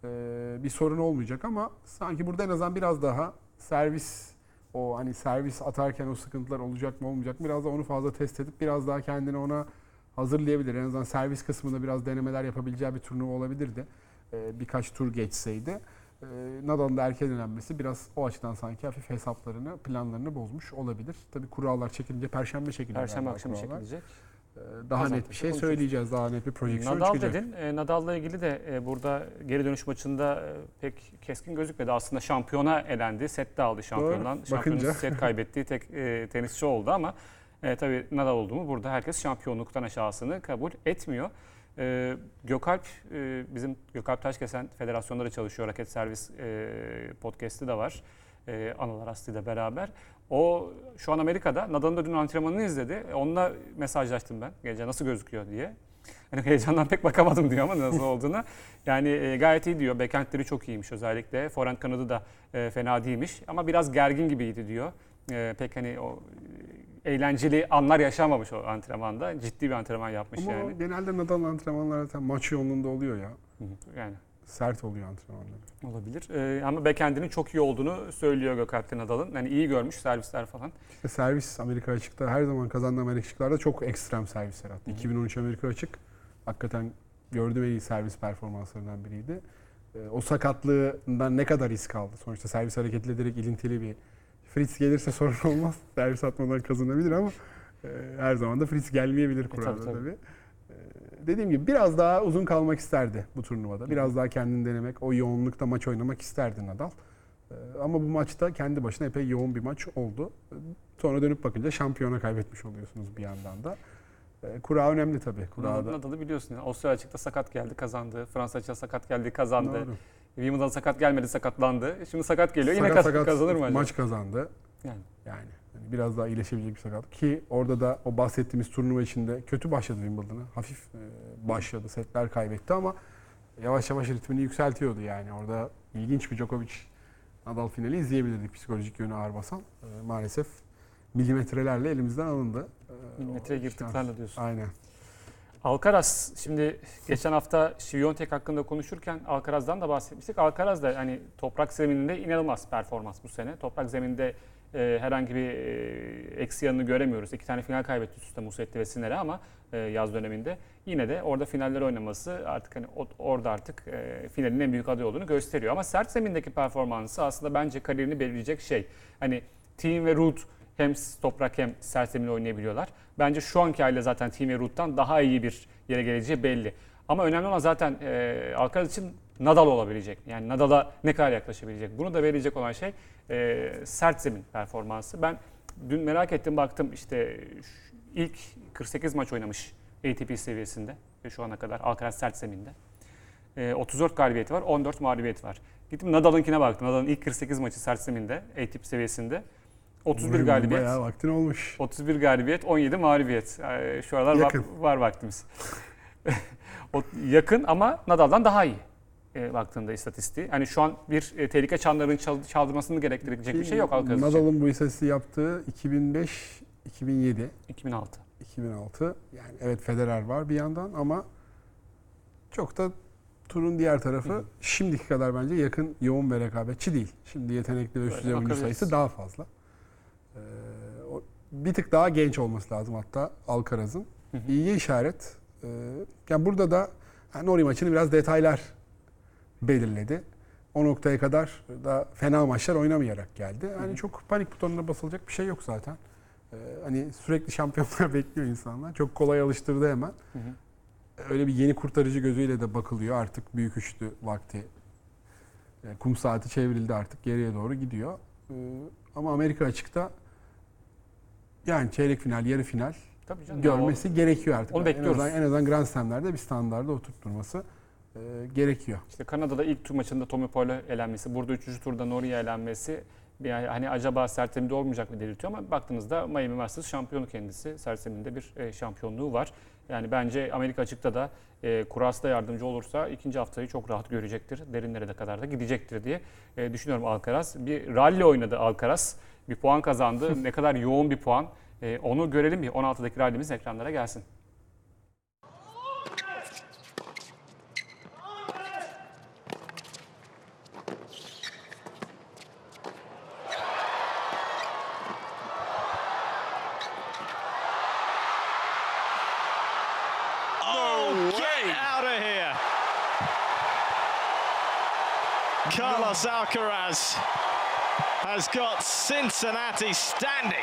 bir sorun olmayacak ama sanki burada en azından biraz daha servis, o hani servis atarken o sıkıntılar olacak mı olmayacak mı, biraz da onu fazla test edip biraz daha kendini ona hazırlayabilir. En azından servis kısmında biraz denemeler yapabileceği bir turnuva olabilirdi. Birkaç tur geçseydi. Nadal'ın da erken elenmesi biraz o açıdan sanki hafif hesaplarını, planlarını bozmuş olabilir. Tabii kurallar çekilince Perşembe çekiliyor. Perşembe akşamı çekilecek. Daha net bir şey söyleyeceğiz. Daha net bir projeksiyon Nadal çıkacak. dedin. Nadal'la ilgili de burada geri dönüş maçında pek keskin gözükmedi. Aslında şampiyona elendi. Set de aldı şampiyondan. Doğru. Şampiyonun Bakınca. set kaybettiği tek tenisçi oldu ama tabii Nadal oldu mu burada herkes şampiyonluktan aşağısını kabul etmiyor. Gökalp, bizim Gökalp Taşkesen federasyonda da çalışıyor. Raket Servis podcast'i de var. Anıl Araslı ile beraber. O şu an Amerika'da. Nadal'ın da dün antrenmanını izledi. Onunla mesajlaştım ben. Gece nasıl gözüküyor diye. Yani heyecandan pek bakamadım diyor ama nasıl olduğuna. Yani gayet iyi diyor. Backhand'leri çok iyiymiş özellikle. Forehand kanadı da fena değilmiş. Ama biraz gergin gibiydi diyor. Pek hani o eğlenceli anlar yaşamamış o antrenmanda. Ciddi bir antrenman yapmış Ama yani. genelde Nadal antrenmanlar zaten maç yoğunluğunda oluyor ya. Yani Sert oluyor antrenmanları. olabilir. Ama backhand'inin çok iyi olduğunu söylüyor Gökalp Nadal'ın. Yani iyi görmüş servisler falan. İşte servis Amerika açıkta her zaman kazandığı Amerika açıklarda çok ekstrem servisler attı. 2013 Amerika açık hakikaten gördüğüm en iyi servis performanslarından biriydi. O sakatlığından ne kadar risk aldı? Sonuçta servis hareketiyle direkt ilintili bir Fritz gelirse sorun olmaz. Servis atmadan kazanabilir ama her zaman da Fritz gelmeyebilir kuralda tabii. Dediğim gibi biraz daha uzun kalmak isterdi bu turnuvada. Biraz daha kendini denemek, o yoğunlukta maç oynamak isterdi Nadal. Ama bu maçta kendi başına epey yoğun bir maç oldu. Sonra dönüp bakınca şampiyona kaybetmiş oluyorsunuz bir yandan da. Kura önemli tabii. Nadal'ı biliyorsun. Yani Avustralya açıkta sakat geldi, kazandı. Fransa açıkta sakat geldi, kazandı. Doğru. Wimbledon sakat gelmedi, sakatlandı. Şimdi sakat geliyor. Sakat, Yine kazanır mı acaba? maç kazandı. Yani biraz daha iyileşebilecek bir sakatlık. Ki orada da o bahsettiğimiz turnuva içinde kötü başladı Wimbledon'a. Hafif başladı. Setler kaybetti ama yavaş yavaş ritmini yükseltiyordu yani. Orada ilginç bir Djokovic-Nadal finali izleyebilirdik psikolojik yönü ağır basan. Maalesef milimetrelerle elimizden alındı. Milimetre yırtıklarla diyorsun. Aynen. Alcaraz, şimdi geçen hafta Świątek hakkında konuşurken Alcaraz'dan da bahsetmiştik. Alcaraz da hani toprak zemininde inanılmaz performans bu sene. Toprak zeminde herhangi bir eksi yanını göremiyoruz. 2 tane final kaybetti üst üste Musetti ve Sinner'e ama yaz döneminde. Yine de orada finaller oynaması artık hani orada artık finalin en büyük adayı olduğunu gösteriyor. Ama sert zemindeki performansı aslında bence kariyerini belirleyecek şey. Hani Thiem ve Ruud hem toprak hem sert zeminle oynayabiliyorlar. Bence şu anki haliyle zaten Thiem ve Ruud'dan daha iyi bir yere geleceği belli. Ama önemli olan zaten Alcaraz için Nadal olabilecek. Yani Nadal'a ne kadar yaklaşabilecek. Bunu da verecek olan şey sert zemin performansı. Ben dün merak ettim, baktım işte ilk 48 maç oynamış ATP seviyesinde şu ana kadar Alcaraz sert zeminde. 34 galibiyeti var, 14 mağlubiyeti var. Gittim Nadal'ınkine baktım. Nadal'ın ilk 48 maçı sert zeminde ATP seviyesinde. 31 galibiyet. Bayağı vaktin olmuş. 31 galibiyet, 17 mağlubiyet. Şu aralar Yakın. var vaktimiz. Yakın ama Nadal'dan daha iyi baktığında istatistiği. Hani şu an bir tehlike çanlarının çaldırmasını gerektirecek bir şey yok Alcaraz için. Nadal'ın bu istatistiği yaptığı 2005, 2007, 2006. 2006. Yani evet Federer var bir yandan ama çok da turun diğer tarafı şimdiki kadar bence yakın, yoğun ve rekabetçi değil. Şimdi yetenekli ve üst düzey oyuncu sayısı daha fazla. Bir tık daha genç olması lazım hatta Alcaraz'ın. İyiye işaret. Yani burada da Nori maçını biraz detaylar belirledi. O noktaya kadar da fena maçlar oynamayarak geldi. Hani çok panik butonuna basılacak bir şey yok zaten. Hani sürekli şampiyonlar bekliyor insanlar. Çok kolay alıştırdı hemen. Öyle bir yeni kurtarıcı gözüyle de bakılıyor. Artık büyük üçlü vakti. Kum saati çevrildi artık. Geriye doğru gidiyor. Ama Amerika açıkta yani çeyrek final, yarı final görmesi gerekiyor artık. Onu bekliyoruz. En azından Grand Slam'lerde bir standarda oturtturması gerekiyor. İşte Kanada'da ilk tur maçında Tommy Paul'a elenmesi, burada 3. turda Nori'ye elenmesi, yani hani acaba sert zeminde olmayacak mı delirtiyor ama baktığınızda Miami Masters şampiyonu kendisi. Sert zeminde bir şampiyonluğu var. Yani bence Amerika açıkta da kurası da yardımcı olursa ikinci haftayı çok rahat görecektir. Derinlere de kadar da gidecektir diye düşünüyorum Alcaraz. Bir rally oynadı Alcaraz. Bir puan kazandı. Ne kadar yoğun bir puan. Onu görelim bir. 16'daki rallimiz ekranlara gelsin. Oh, get out of here. Carlos Alcaraz has got Cincinnati standing.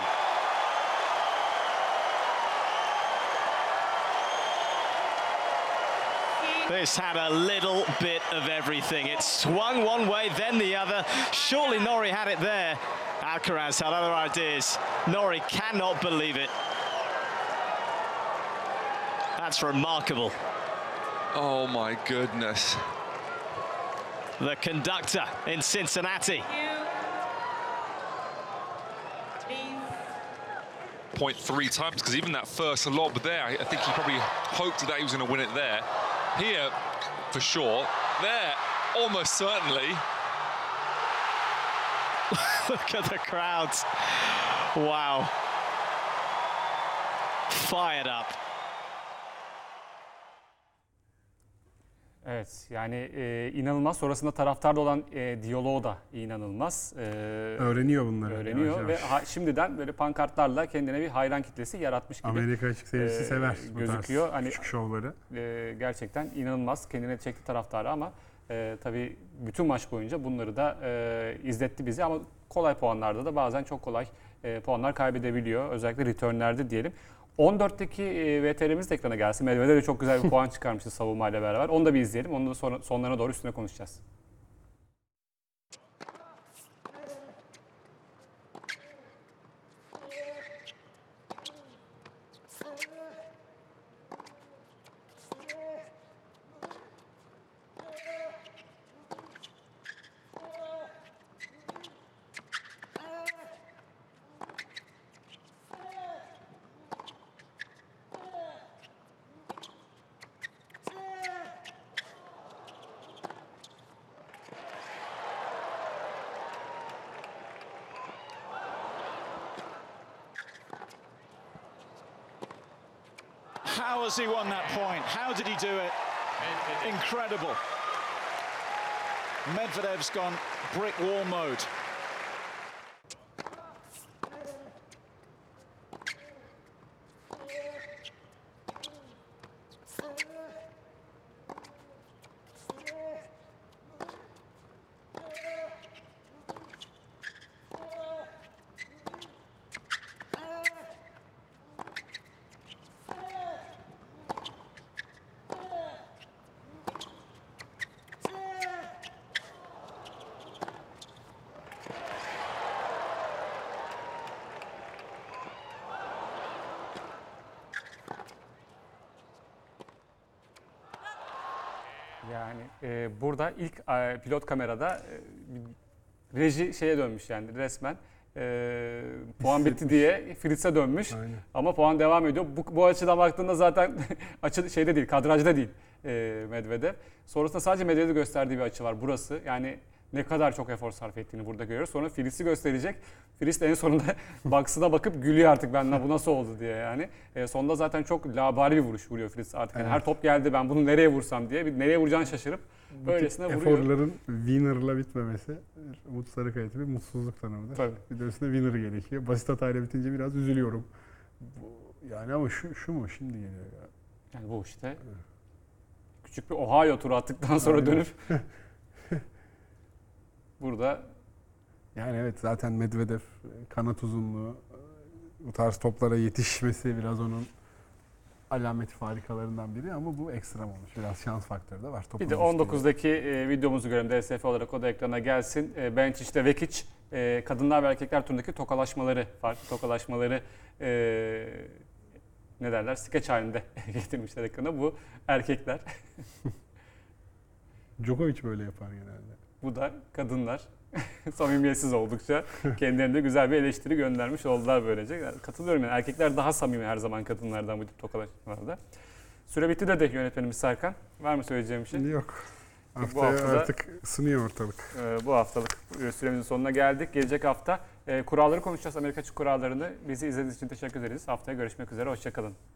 This had a little bit of everything. It swung one way, then the other. Surely Norrie had it there. Alcaraz had other ideas. Norrie cannot believe it. That's remarkable. Oh my goodness. The conductor in Cincinnati. 0.3 times, because even that first lob there, I think he probably hoped that he was going to win it there. Here, for sure. There, almost certainly. Look at the crowds. Wow. Fired up. Evet, yani inanılmaz. Sonrasında taraftarla olan diyaloğu da inanılmaz. Öğreniyor bunları. Öğreniyor yavaş ve yavaş. şimdiden böyle pankartlarla kendine bir hayran kitlesi yaratmış gibi Amerika açık seyircisi sever bu gözüküyor. tarz Hani küçük şovları. gerçekten inanılmaz. Kendine çekti taraftarı ama tabii bütün maç boyunca bunları da izletti bizi ama kolay puanlarda da bazen çok kolay puanlar kaybedebiliyor. Özellikle returnlerde diyelim. 14'teki VTR'miz de ekrana gelsin. Medvedev de çok güzel bir puan çıkarmıştı savunmayla beraber. Onu da bir izleyelim. Onu da sonlarına doğru üstüne konuşacağız. How has he won that point? How did he do it? Incredible. Medvedev's gone brick wall mode. Yani burada ilk pilot kamerada reji şeye dönmüş yani resmen. Puan bitti diye Fritz'e dönmüş. Aynen. Ama puan devam ediyor. Bu açıdan baktığında zaten açı şeyde değil, kadrajda değil Medvedev. Sonrasında sadece Medvedev'i gösterdiği bir açı var burası. Yani ne kadar çok efor sarf ettiğini burada görüyoruz. Sonra Fritz'i gösterecek. Fritz de en sonunda box'ına bakıp gülüyor artık ben bu nasıl oldu diye yani. Sonunda zaten çok labali bir vuruş vuruyor Fritz artık. Yani her top geldi ben bunu nereye vursam diye. Nereye vuracağını şaşırıp böylesine vuruyor. Eforların winner'la bitmemesi Umut Sarıkaya'da bir mutsuzluk tanımıdır. Tabii. Bir de üstüne winner gerekiyor. Basit hatayla bitince biraz üzülüyorum. Yani ama şu mu şimdi geliyor ya. Yani bu işte küçük bir Ohio turu attıktan sonra dönüp burada Yani evet zaten Medvedev kanat uzunluğu bu tarz toplara yetişmesi biraz onun alameti farikalarından biri ama bu ekstrem olmuş. Biraz şans faktörü de var. bir de 19'daki videomuzu görelim DSF olarak o da ekrana gelsin. Bencic'te Vekic kadınlar ve erkekler turundaki tokalaşmaları, farklı tokalaşmaları ne derler skeç halinde getirmişler ekrana. Bu erkekler. Djokovic böyle yapar genelde. Bu da kadınlar. Samimiyetsiz oldukça kendilerine güzel bir eleştiri göndermiş oldular böylece. Yani katılıyorum yani erkekler daha samimi her zaman kadınlardan bu tip tokalaşmalarda. Süre bitti de yönetmenimiz Serkan. Var mı söyleyeceğim bir şey? Yok. Bu Haftaya haftada, artık ısınıyor ortalık. bu haftalık süremizin sonuna geldik. Gelecek hafta kuralları konuşacağız. Amerika açık kurallarını. Bizi izlediğiniz için teşekkür ederiz. Haftaya görüşmek üzere. Hoşça kalın.